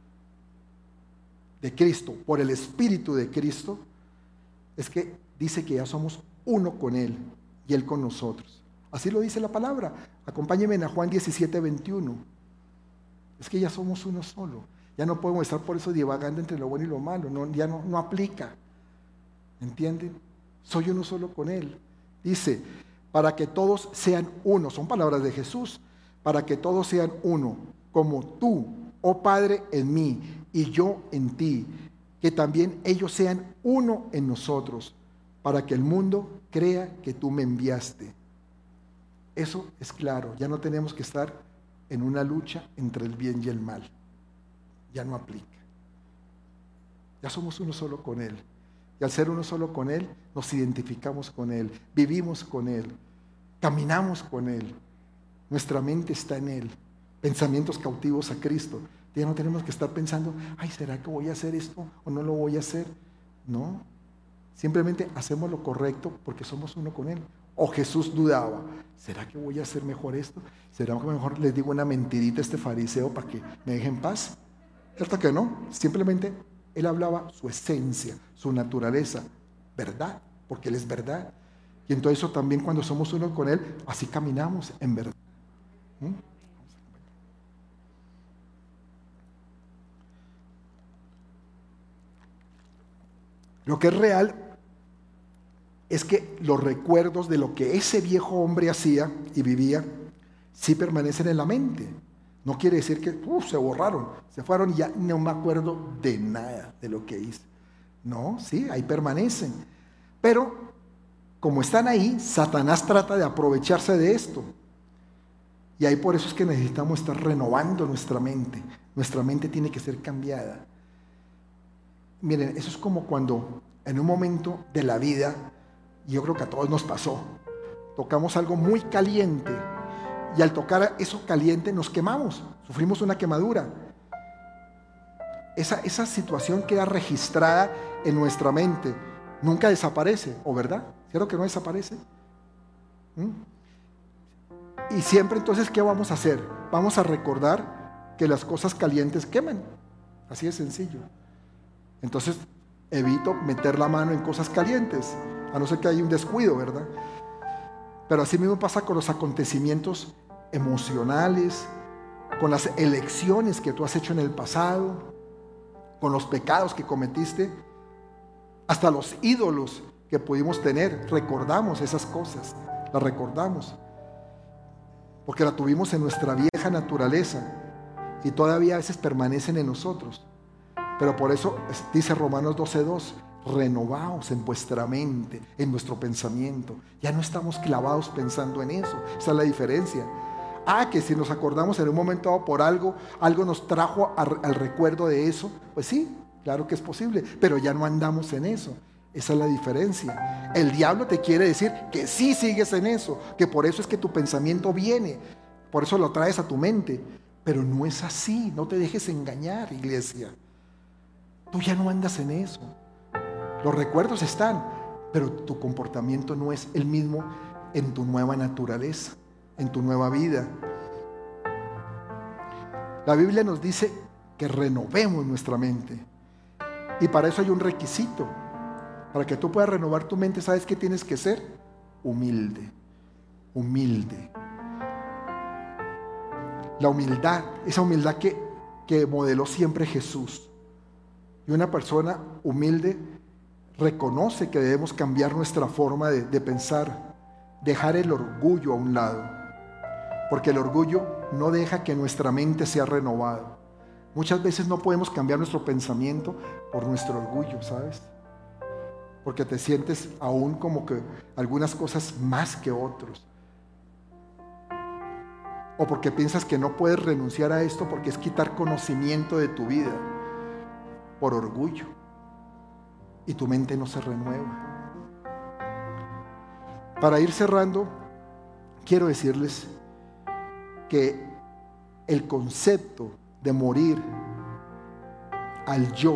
de Cristo, por el Espíritu de Cristo, es que dice que ya somos uno con Él y Él con nosotros. Así lo dice la palabra. Acompáñenme a Juan diecisiete, veintiuno. Es que ya somos uno solo. Ya no podemos estar por eso divagando entre lo bueno y lo malo. No, ya no, no aplica. ¿Entienden? Soy uno solo con Él. Dice, para que todos sean uno. Son palabras de Jesús. Para que todos sean uno, como tú, oh Padre, en mí y yo en ti, que también ellos sean uno en nosotros, para que el mundo crea que tú me enviaste. Eso es claro, ya no tenemos que estar en una lucha entre el bien y el mal. Ya no aplica. Ya somos uno solo con Él. Y al ser uno solo con Él, nos identificamos con Él, vivimos con Él, caminamos con Él. Nuestra mente está en Él. Pensamientos cautivos a Cristo. Ya no tenemos que estar pensando, ay, ¿será que voy a hacer esto o no lo voy a hacer? No, simplemente hacemos lo correcto porque somos uno con Él. O Jesús dudaba, ¿será que voy a hacer mejor esto? ¿Será que mejor les digo una mentirita a este fariseo para que me deje en paz? ¿Cierto que no? Simplemente Él hablaba su esencia, su naturaleza, verdad, porque Él es verdad. Y entonces eso también cuando somos uno con Él, así caminamos en verdad. ¿Mm? Lo que es real es que los recuerdos de lo que ese viejo hombre hacía y vivía sí permanecen en la mente. No quiere decir que uh, se borraron, se fueron y ya no me acuerdo de nada de lo que hice. No, sí, ahí permanecen. Pero como están ahí, Satanás trata de aprovecharse de esto. Y ahí por eso es que necesitamos estar renovando nuestra mente. Nuestra mente tiene que ser cambiada. Miren, eso es como cuando en un momento de la vida, y yo creo que a todos nos pasó, tocamos algo muy caliente y al tocar eso caliente nos quemamos, sufrimos una quemadura. Esa, esa situación queda registrada en nuestra mente, nunca desaparece, ¿o verdad? ¿Cierto que no desaparece? ¿Mm? Y siempre entonces, ¿qué vamos a hacer? Vamos a recordar que las cosas calientes queman, así de sencillo. Entonces evito meter la mano en cosas calientes, a no ser que haya un descuido, ¿verdad? Pero así mismo pasa con los acontecimientos emocionales, con las elecciones que tú has hecho en el pasado, con los pecados que cometiste, hasta los ídolos que pudimos tener. Recordamos esas cosas, las recordamos, porque la tuvimos en nuestra vieja naturaleza y todavía a veces permanecen en nosotros. Pero por eso dice Romanos doce dos, renovaos en vuestra mente, en nuestro pensamiento. Ya no estamos clavados pensando en eso. Esa es la diferencia. Ah, que si nos acordamos en un momento dado por algo, algo nos trajo a, al recuerdo de eso, pues sí, claro que es posible, pero ya no andamos en eso. Esa es la diferencia. El diablo te quiere decir que sí sigues en eso, que por eso es que tu pensamiento viene, por eso lo traes a tu mente, pero no es así. No te dejes engañar, iglesia. Tú ya no andas en eso. Los recuerdos están, pero tu comportamiento no es el mismo en tu nueva naturaleza, en tu nueva vida. La Biblia nos dice que renovemos nuestra mente. Y para eso hay un requisito. Para que tú puedas renovar tu mente, ¿sabes qué tienes que ser? Humilde. Humilde. La humildad, esa humildad que, que modeló siempre Jesús. Y una persona humilde reconoce que debemos cambiar nuestra forma de, de pensar, dejar el orgullo a un lado, porque el orgullo no deja que nuestra mente sea renovada. Muchas veces no podemos cambiar nuestro pensamiento por nuestro orgullo, ¿sabes? Porque te sientes aún como que algunas cosas más que otros. O porque piensas que no puedes renunciar a esto porque es quitar conocimiento de tu vida. Por orgullo, y tu mente no se renueva. Para ir cerrando, quiero decirles que el concepto de morir al yo,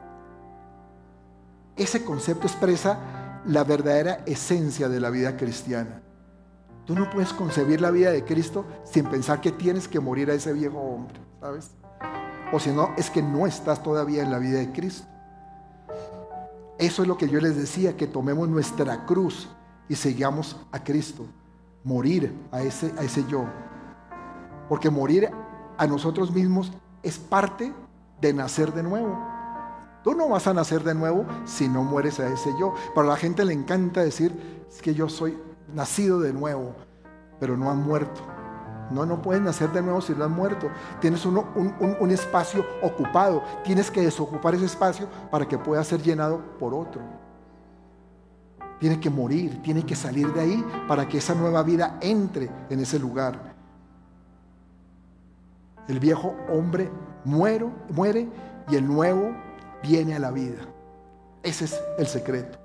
ese concepto expresa la verdadera esencia de la vida cristiana. Tú no puedes concebir la vida de Cristo sin pensar que tienes que morir a ese viejo hombre, ¿sabes? O si no, es que no estás todavía en la vida de Cristo. Eso es lo que yo les decía, que tomemos nuestra cruz y sigamos a Cristo. Morir a ese, a ese yo. Porque morir a nosotros mismos es parte de nacer de nuevo. Tú no vas a nacer de nuevo si no mueres a ese yo. Pero a la gente le encanta decir, es que yo soy nacido de nuevo, pero no han muerto. No, no puedes nacer de nuevo si no has muerto. Tienes uno, un, un, un espacio ocupado. Tienes que desocupar ese espacio para que pueda ser llenado por otro. Tiene que morir, tiene que salir de ahí para que esa nueva vida entre en ese lugar. El viejo hombre muero, muere y el nuevo viene a la vida. Ese es el secreto.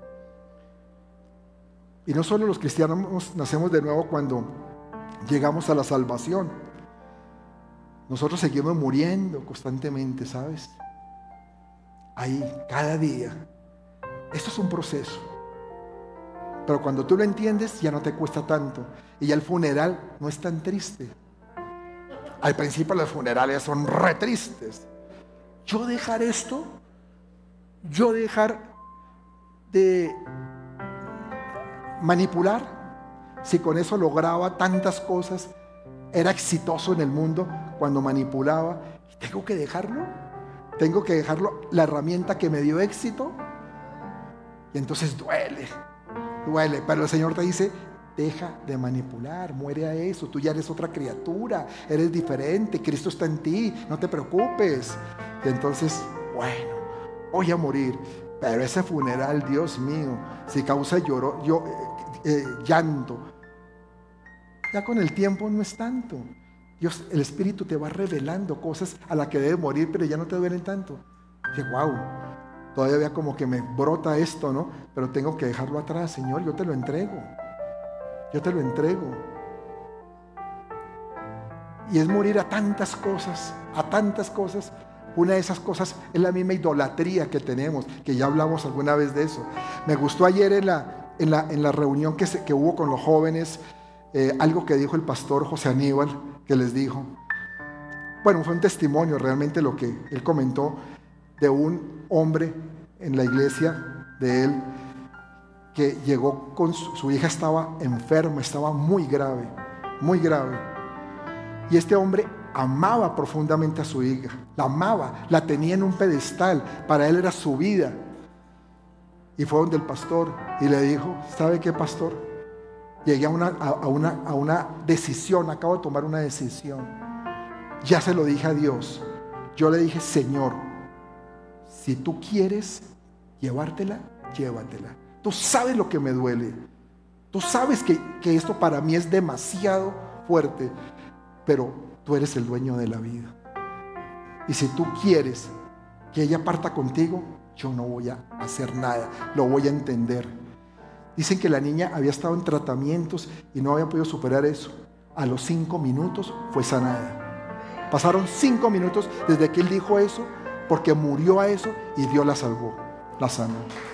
Y no solo los cristianos nacemos de nuevo cuando llegamos a la salvación. Nosotros seguimos muriendo constantemente, ¿sabes? Ahí, cada día. Esto es un proceso. Pero cuando tú lo entiendes, ya no te cuesta tanto. Y ya el funeral no es tan triste. Al principio los funerales son re tristes. Yo dejar esto, yo dejar de manipular, si con eso lograba tantas cosas, era exitoso en el mundo cuando manipulaba, tengo que dejarlo, tengo que dejarlo, la herramienta que me dio éxito. Y entonces duele, duele, pero el Señor te dice, deja de manipular, muere a eso, tú ya eres otra criatura, eres diferente, Cristo está en ti, no te preocupes. Y entonces, bueno, voy a morir, pero ese funeral, Dios mío, si causa lloro, yo, eh, llanto, ya con el tiempo no es tanto. Dios, el Espíritu te va revelando cosas a las que debes morir, pero ya no te duelen tanto. Dije, wow, todavía como que me brota esto, ¿no? Pero tengo que dejarlo atrás, Señor, yo te lo entrego. Yo te lo entrego. Y es morir a tantas cosas, a tantas cosas. Una de esas cosas es la misma idolatría que tenemos, que ya hablamos alguna vez de eso. Me gustó ayer en la, en la, en la reunión que, se, que hubo con los jóvenes, eh, algo que dijo el pastor José Aníbal, que les dijo. Bueno, fue un testimonio realmente lo que él comentó de un hombre en la iglesia de él, que llegó con su, su hija estaba enferma, estaba muy grave, muy grave. Y este hombre amaba profundamente a su hija, la amaba, la tenía en un pedestal, para él era su vida. Y fue donde el pastor y le dijo, ¿sabe qué, pastor? Llegué a una, a, a una, a una decisión, acabo de tomar una decisión. Ya se lo dije a Dios. Yo le dije, Señor, si tú quieres llevártela, llévatela. Tú sabes lo que me duele. Tú sabes que, que esto para mí es demasiado fuerte, pero tú eres el dueño de la vida. Y si tú quieres que ella parta contigo, yo no voy a hacer nada, lo voy a entender. Dicen que la niña había estado en tratamientos y no había podido superar eso. A los cinco minutos fue sanada. Pasaron cinco minutos desde que él dijo eso, porque murió a eso y Dios la salvó, la sanó.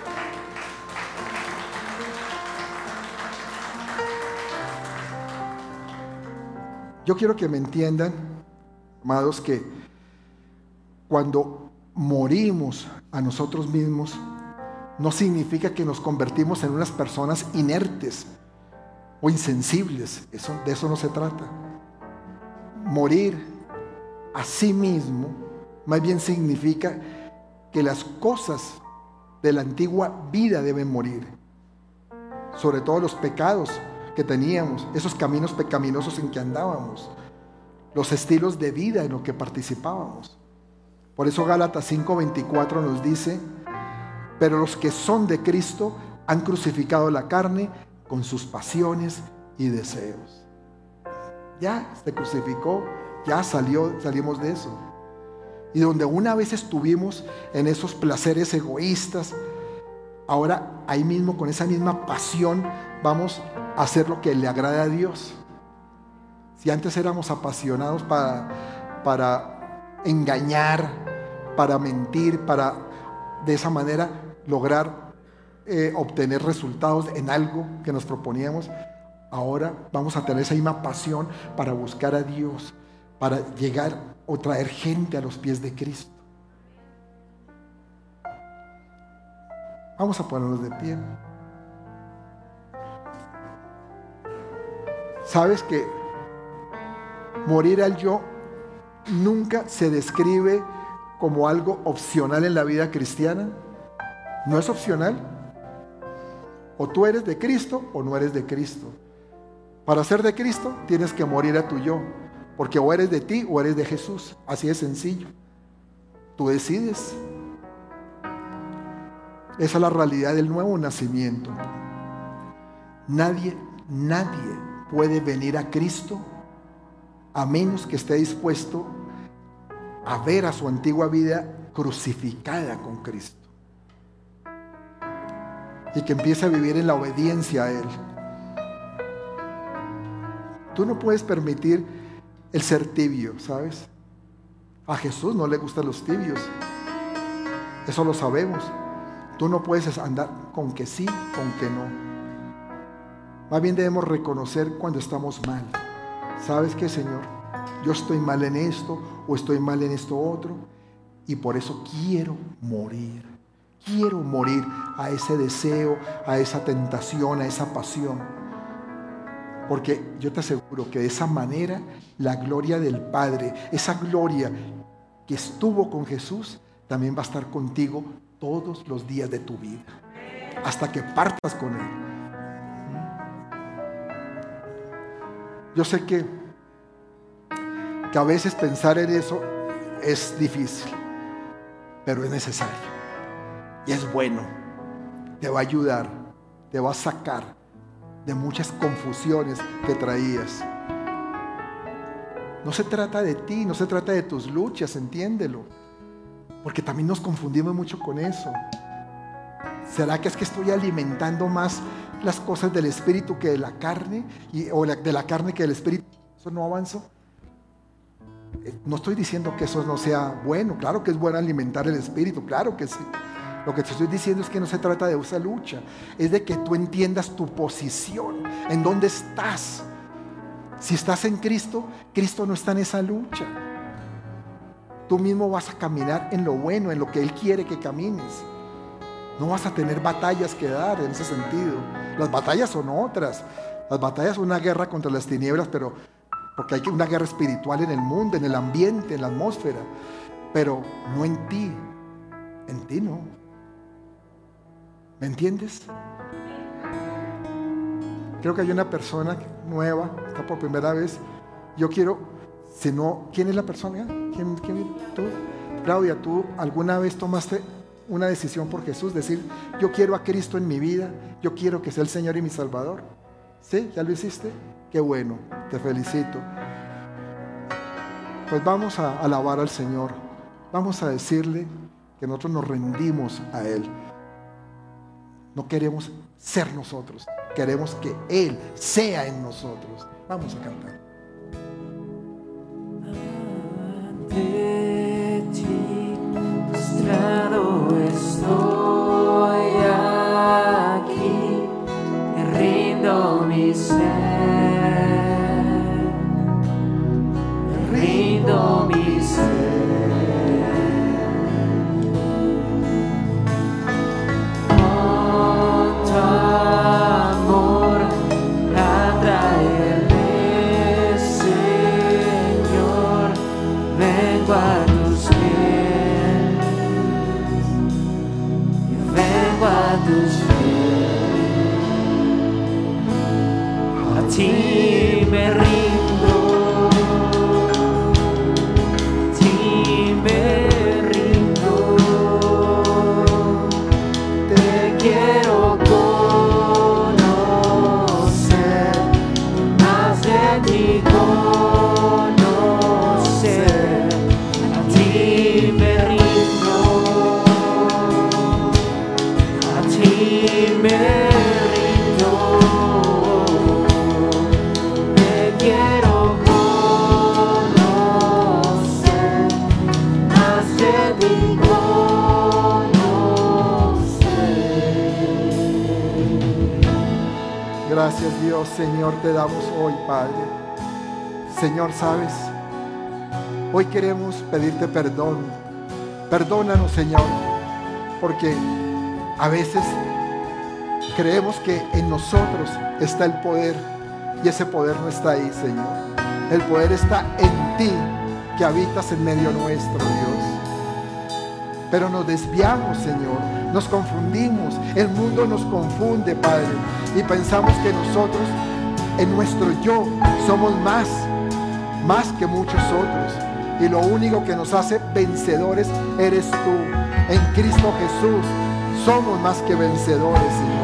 Yo quiero que me entiendan, amados, que cuando morimos a nosotros mismos, no significa que nos convertimos en unas personas inertes o insensibles. Eso, de eso no se trata. Morir a sí mismo, más bien significa que las cosas de la antigua vida deben morir. Sobre todo los pecados que teníamos, esos caminos pecaminosos en que andábamos, los estilos de vida en los que participábamos. Por eso Gálatas cinco veinticuatro nos dice, pero los que son de Cristo han crucificado la carne con sus pasiones y deseos. Ya se crucificó, ya salió, salimos de eso. Y donde una vez estuvimos en esos placeres egoístas, ahora ahí mismo con esa misma pasión vamos a hacer lo que le agrada a Dios. Si antes éramos apasionados para, para engañar, para mentir, para de esa manera lograr eh, obtener resultados en algo que nos proponíamos. Ahora vamos a tener esa misma pasión para buscar a Dios, para llegar o traer gente a los pies de Cristo. Vamos a ponernos de pie. ¿Sabes que morir al yo nunca se describe como algo opcional en la vida cristiana? No es opcional. O tú eres de Cristo o no eres de Cristo. Para ser de Cristo tienes que morir a tu yo, porque o eres de ti o eres de Jesús. Así de sencillo. Tú decides. Esa es la realidad del nuevo nacimiento. Nadie, nadie puede venir a Cristo a menos que esté dispuesto a ver a su antigua vida crucificada con Cristo y que empiece a vivir en la obediencia a Él. Tú no puedes permitir el ser tibio, ¿sabes? A Jesús no le gustan los tibios, eso lo sabemos. Tú no puedes andar con que sí, con que no. Más bien debemos reconocer cuando estamos mal. ¿Sabes qué, Señor? Yo estoy mal en esto o estoy mal en esto otro, y por eso quiero morir. Quiero morir a ese deseo, a esa tentación, a esa pasión. Porque yo te aseguro que de esa manera la gloria del Padre, esa gloria que estuvo con Jesús, también va a estar contigo todos los días de tu vida, hasta que partas con Él. Yo sé que, que a veces pensar en eso es difícil, pero es necesario y es bueno. Te va a ayudar, te va a sacar de muchas confusiones que traías. No se trata de ti, no se trata de tus luchas, entiéndelo. Porque también nos confundimos mucho con eso. ¿Será que es que estoy alimentando más las cosas del espíritu que de la carne? Y, o la, de la carne que del espíritu. ¿Eso no avanzo? No estoy diciendo que eso no sea bueno. Claro que es bueno alimentar el espíritu, claro que sí. Lo que te estoy diciendo es que no se trata de esa lucha. Es de que tú entiendas tu posición, en dónde estás. Si estás en Cristo, Cristo no está en esa lucha. Tú mismo vas a caminar en lo bueno, en lo que Él quiere que camines. No vas a tener batallas que dar en ese sentido. Las batallas son otras. Las batallas son una guerra contra las tinieblas, pero porque hay una guerra espiritual en el mundo, en el ambiente, en la atmósfera. Pero no en ti. En ti no. ¿Me entiendes? Creo que hay una persona nueva, está por primera vez. Yo quiero... Si no, ¿quién es la persona? ¿Quién, quién, tú? Claudia, ¿tú alguna vez tomaste una decisión por Jesús? Decir, yo quiero a Cristo en mi vida, yo quiero que sea el Señor y mi Salvador. ¿Sí? ¿Ya lo hiciste? Qué bueno, te felicito. Pues vamos a alabar al Señor. Vamos a decirle que nosotros nos rendimos a Él. No queremos ser nosotros, queremos que Él sea en nosotros. Vamos a cantar. De ti postrado estoy aquí, me rindo mi ser, me rindo mi ser. Con tu amor atráeme, Señor, vengo a tus pies, yo vengo a tus pies, a ti me rindo, a ti me rindo, te quiero conocer, más de ti conocer. A ti me rindo, a ti me rindo, te quiero Gracias, Dios, Señor, te damos hoy, Padre. Señor, ¿sabes? Hoy queremos pedirte perdón. Perdónanos, Señor, porque a veces creemos que en nosotros está el poder y ese poder no está ahí, Señor. El poder está en ti, que habitas en medio nuestro, Dios. Pero nos desviamos, Señor, nos confundimos, el mundo nos confunde, Padre, y pensamos que nosotros, en nuestro yo, somos más, más que muchos otros, y lo único que nos hace vencedores eres tú. En Cristo Jesús somos más que vencedores,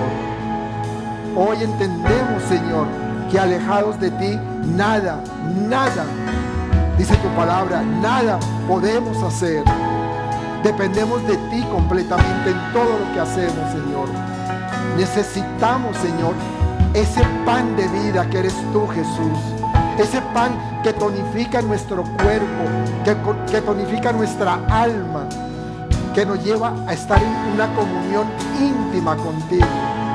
Señor. Hoy entendemos, Señor, que alejados de ti, nada, nada, dice tu palabra, nada podemos hacer. Dependemos de ti completamente en todo lo que hacemos, Señor. Necesitamos, Señor, ese pan de vida que eres tú, Jesús. Ese pan que tonifica nuestro cuerpo, que, que tonifica nuestra alma, que nos lleva a estar en una comunión íntima contigo.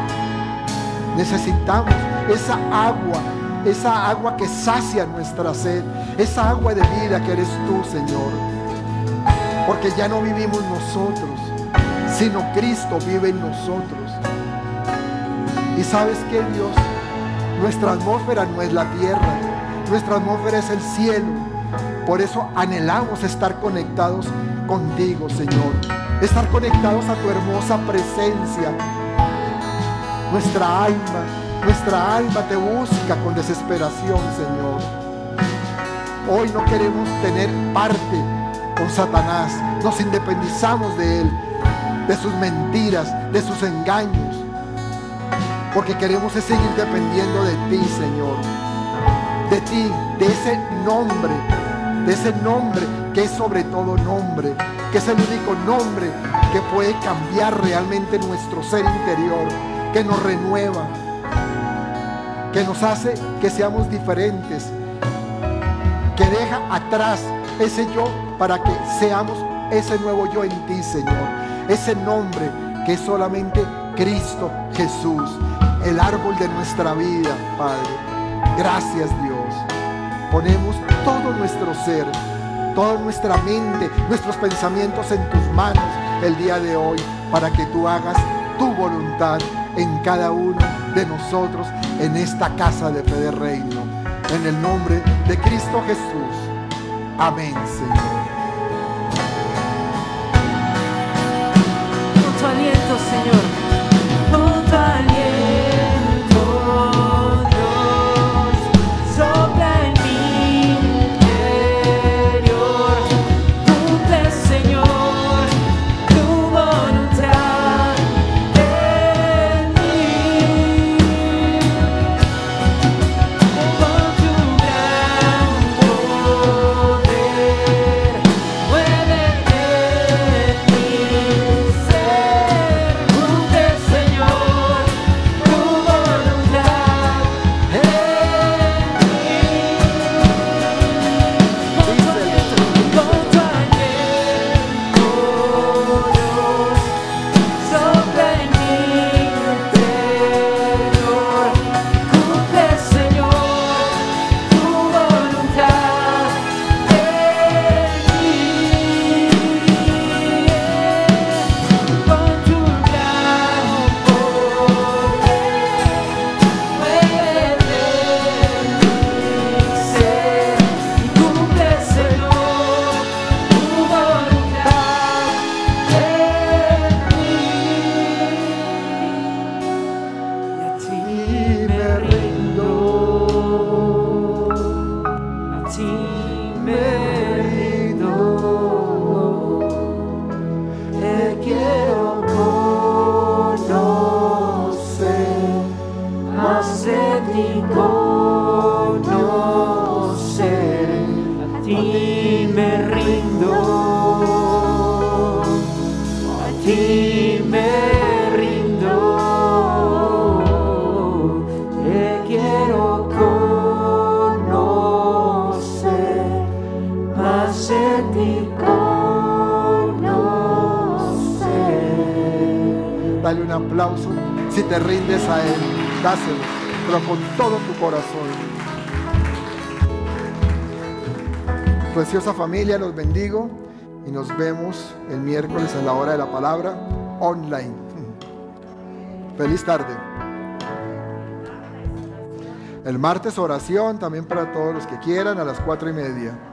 Necesitamos esa agua, esa agua que sacia nuestra sed, esa agua de vida que eres tú, Señor. Porque ya no vivimos nosotros, sino Cristo vive en nosotros. Y ¿sabes qué, Dios? Nuestra atmósfera no es la tierra, nuestra atmósfera es el cielo. Por eso anhelamos estar conectados contigo, Señor. Estar conectados a tu hermosa presencia. Nuestra alma, nuestra alma te busca con desesperación, Señor. Hoy no queremos tener parte con Satanás. Nos independizamos de él, de sus mentiras, de sus engaños, porque queremos seguir dependiendo de ti, Señor. De ti, de ese nombre, de ese nombre que es sobre todo nombre, que es el único nombre que puede cambiar realmente nuestro ser interior, que nos renueva, que nos hace que seamos diferentes, que deja atrás ese yo para que seamos ese nuevo yo en ti, Señor. Ese nombre que es solamente Cristo Jesús, el árbol de nuestra vida, Padre. Gracias, Dios. Ponemos todo nuestro ser, toda nuestra mente, nuestros pensamientos en tus manos el día de hoy, para que tú hagas tu voluntad en cada uno de nosotros en esta casa de fe de reino. En el nombre de Cristo Jesús. Amén, Señor. Con tu aliento, Señor. Con tu aliento, Dios, sopla en mi interior. Cumple, Señor, tu voluntad en mí. Con tu gran poder, muévete en mi ser. Cumple, Señor, tu voluntad en mí. Con tu aliento, con tu aliento, Dios, sopla en mi interior. Cumple, Señor, tu voluntad en mí. Con tu gran poder, muévete en mi ser. Cumple, Señor, tu voluntad en mí. Y a ti me rindo, a ti me rindo. Te quiero conocer, más de ti conocer. A ti me rindo, a ti me rindo. Te quiero conocer, más de ti conocer. Dale un aplauso si te rindes a Él. Dáselo. pero con todo tu corazón. Preciosa familia, los bendigo y nos vemos el miércoles a la hora de la palabra online. Feliz tarde. El martes oración también para todos los que quieran a las cuatro y media.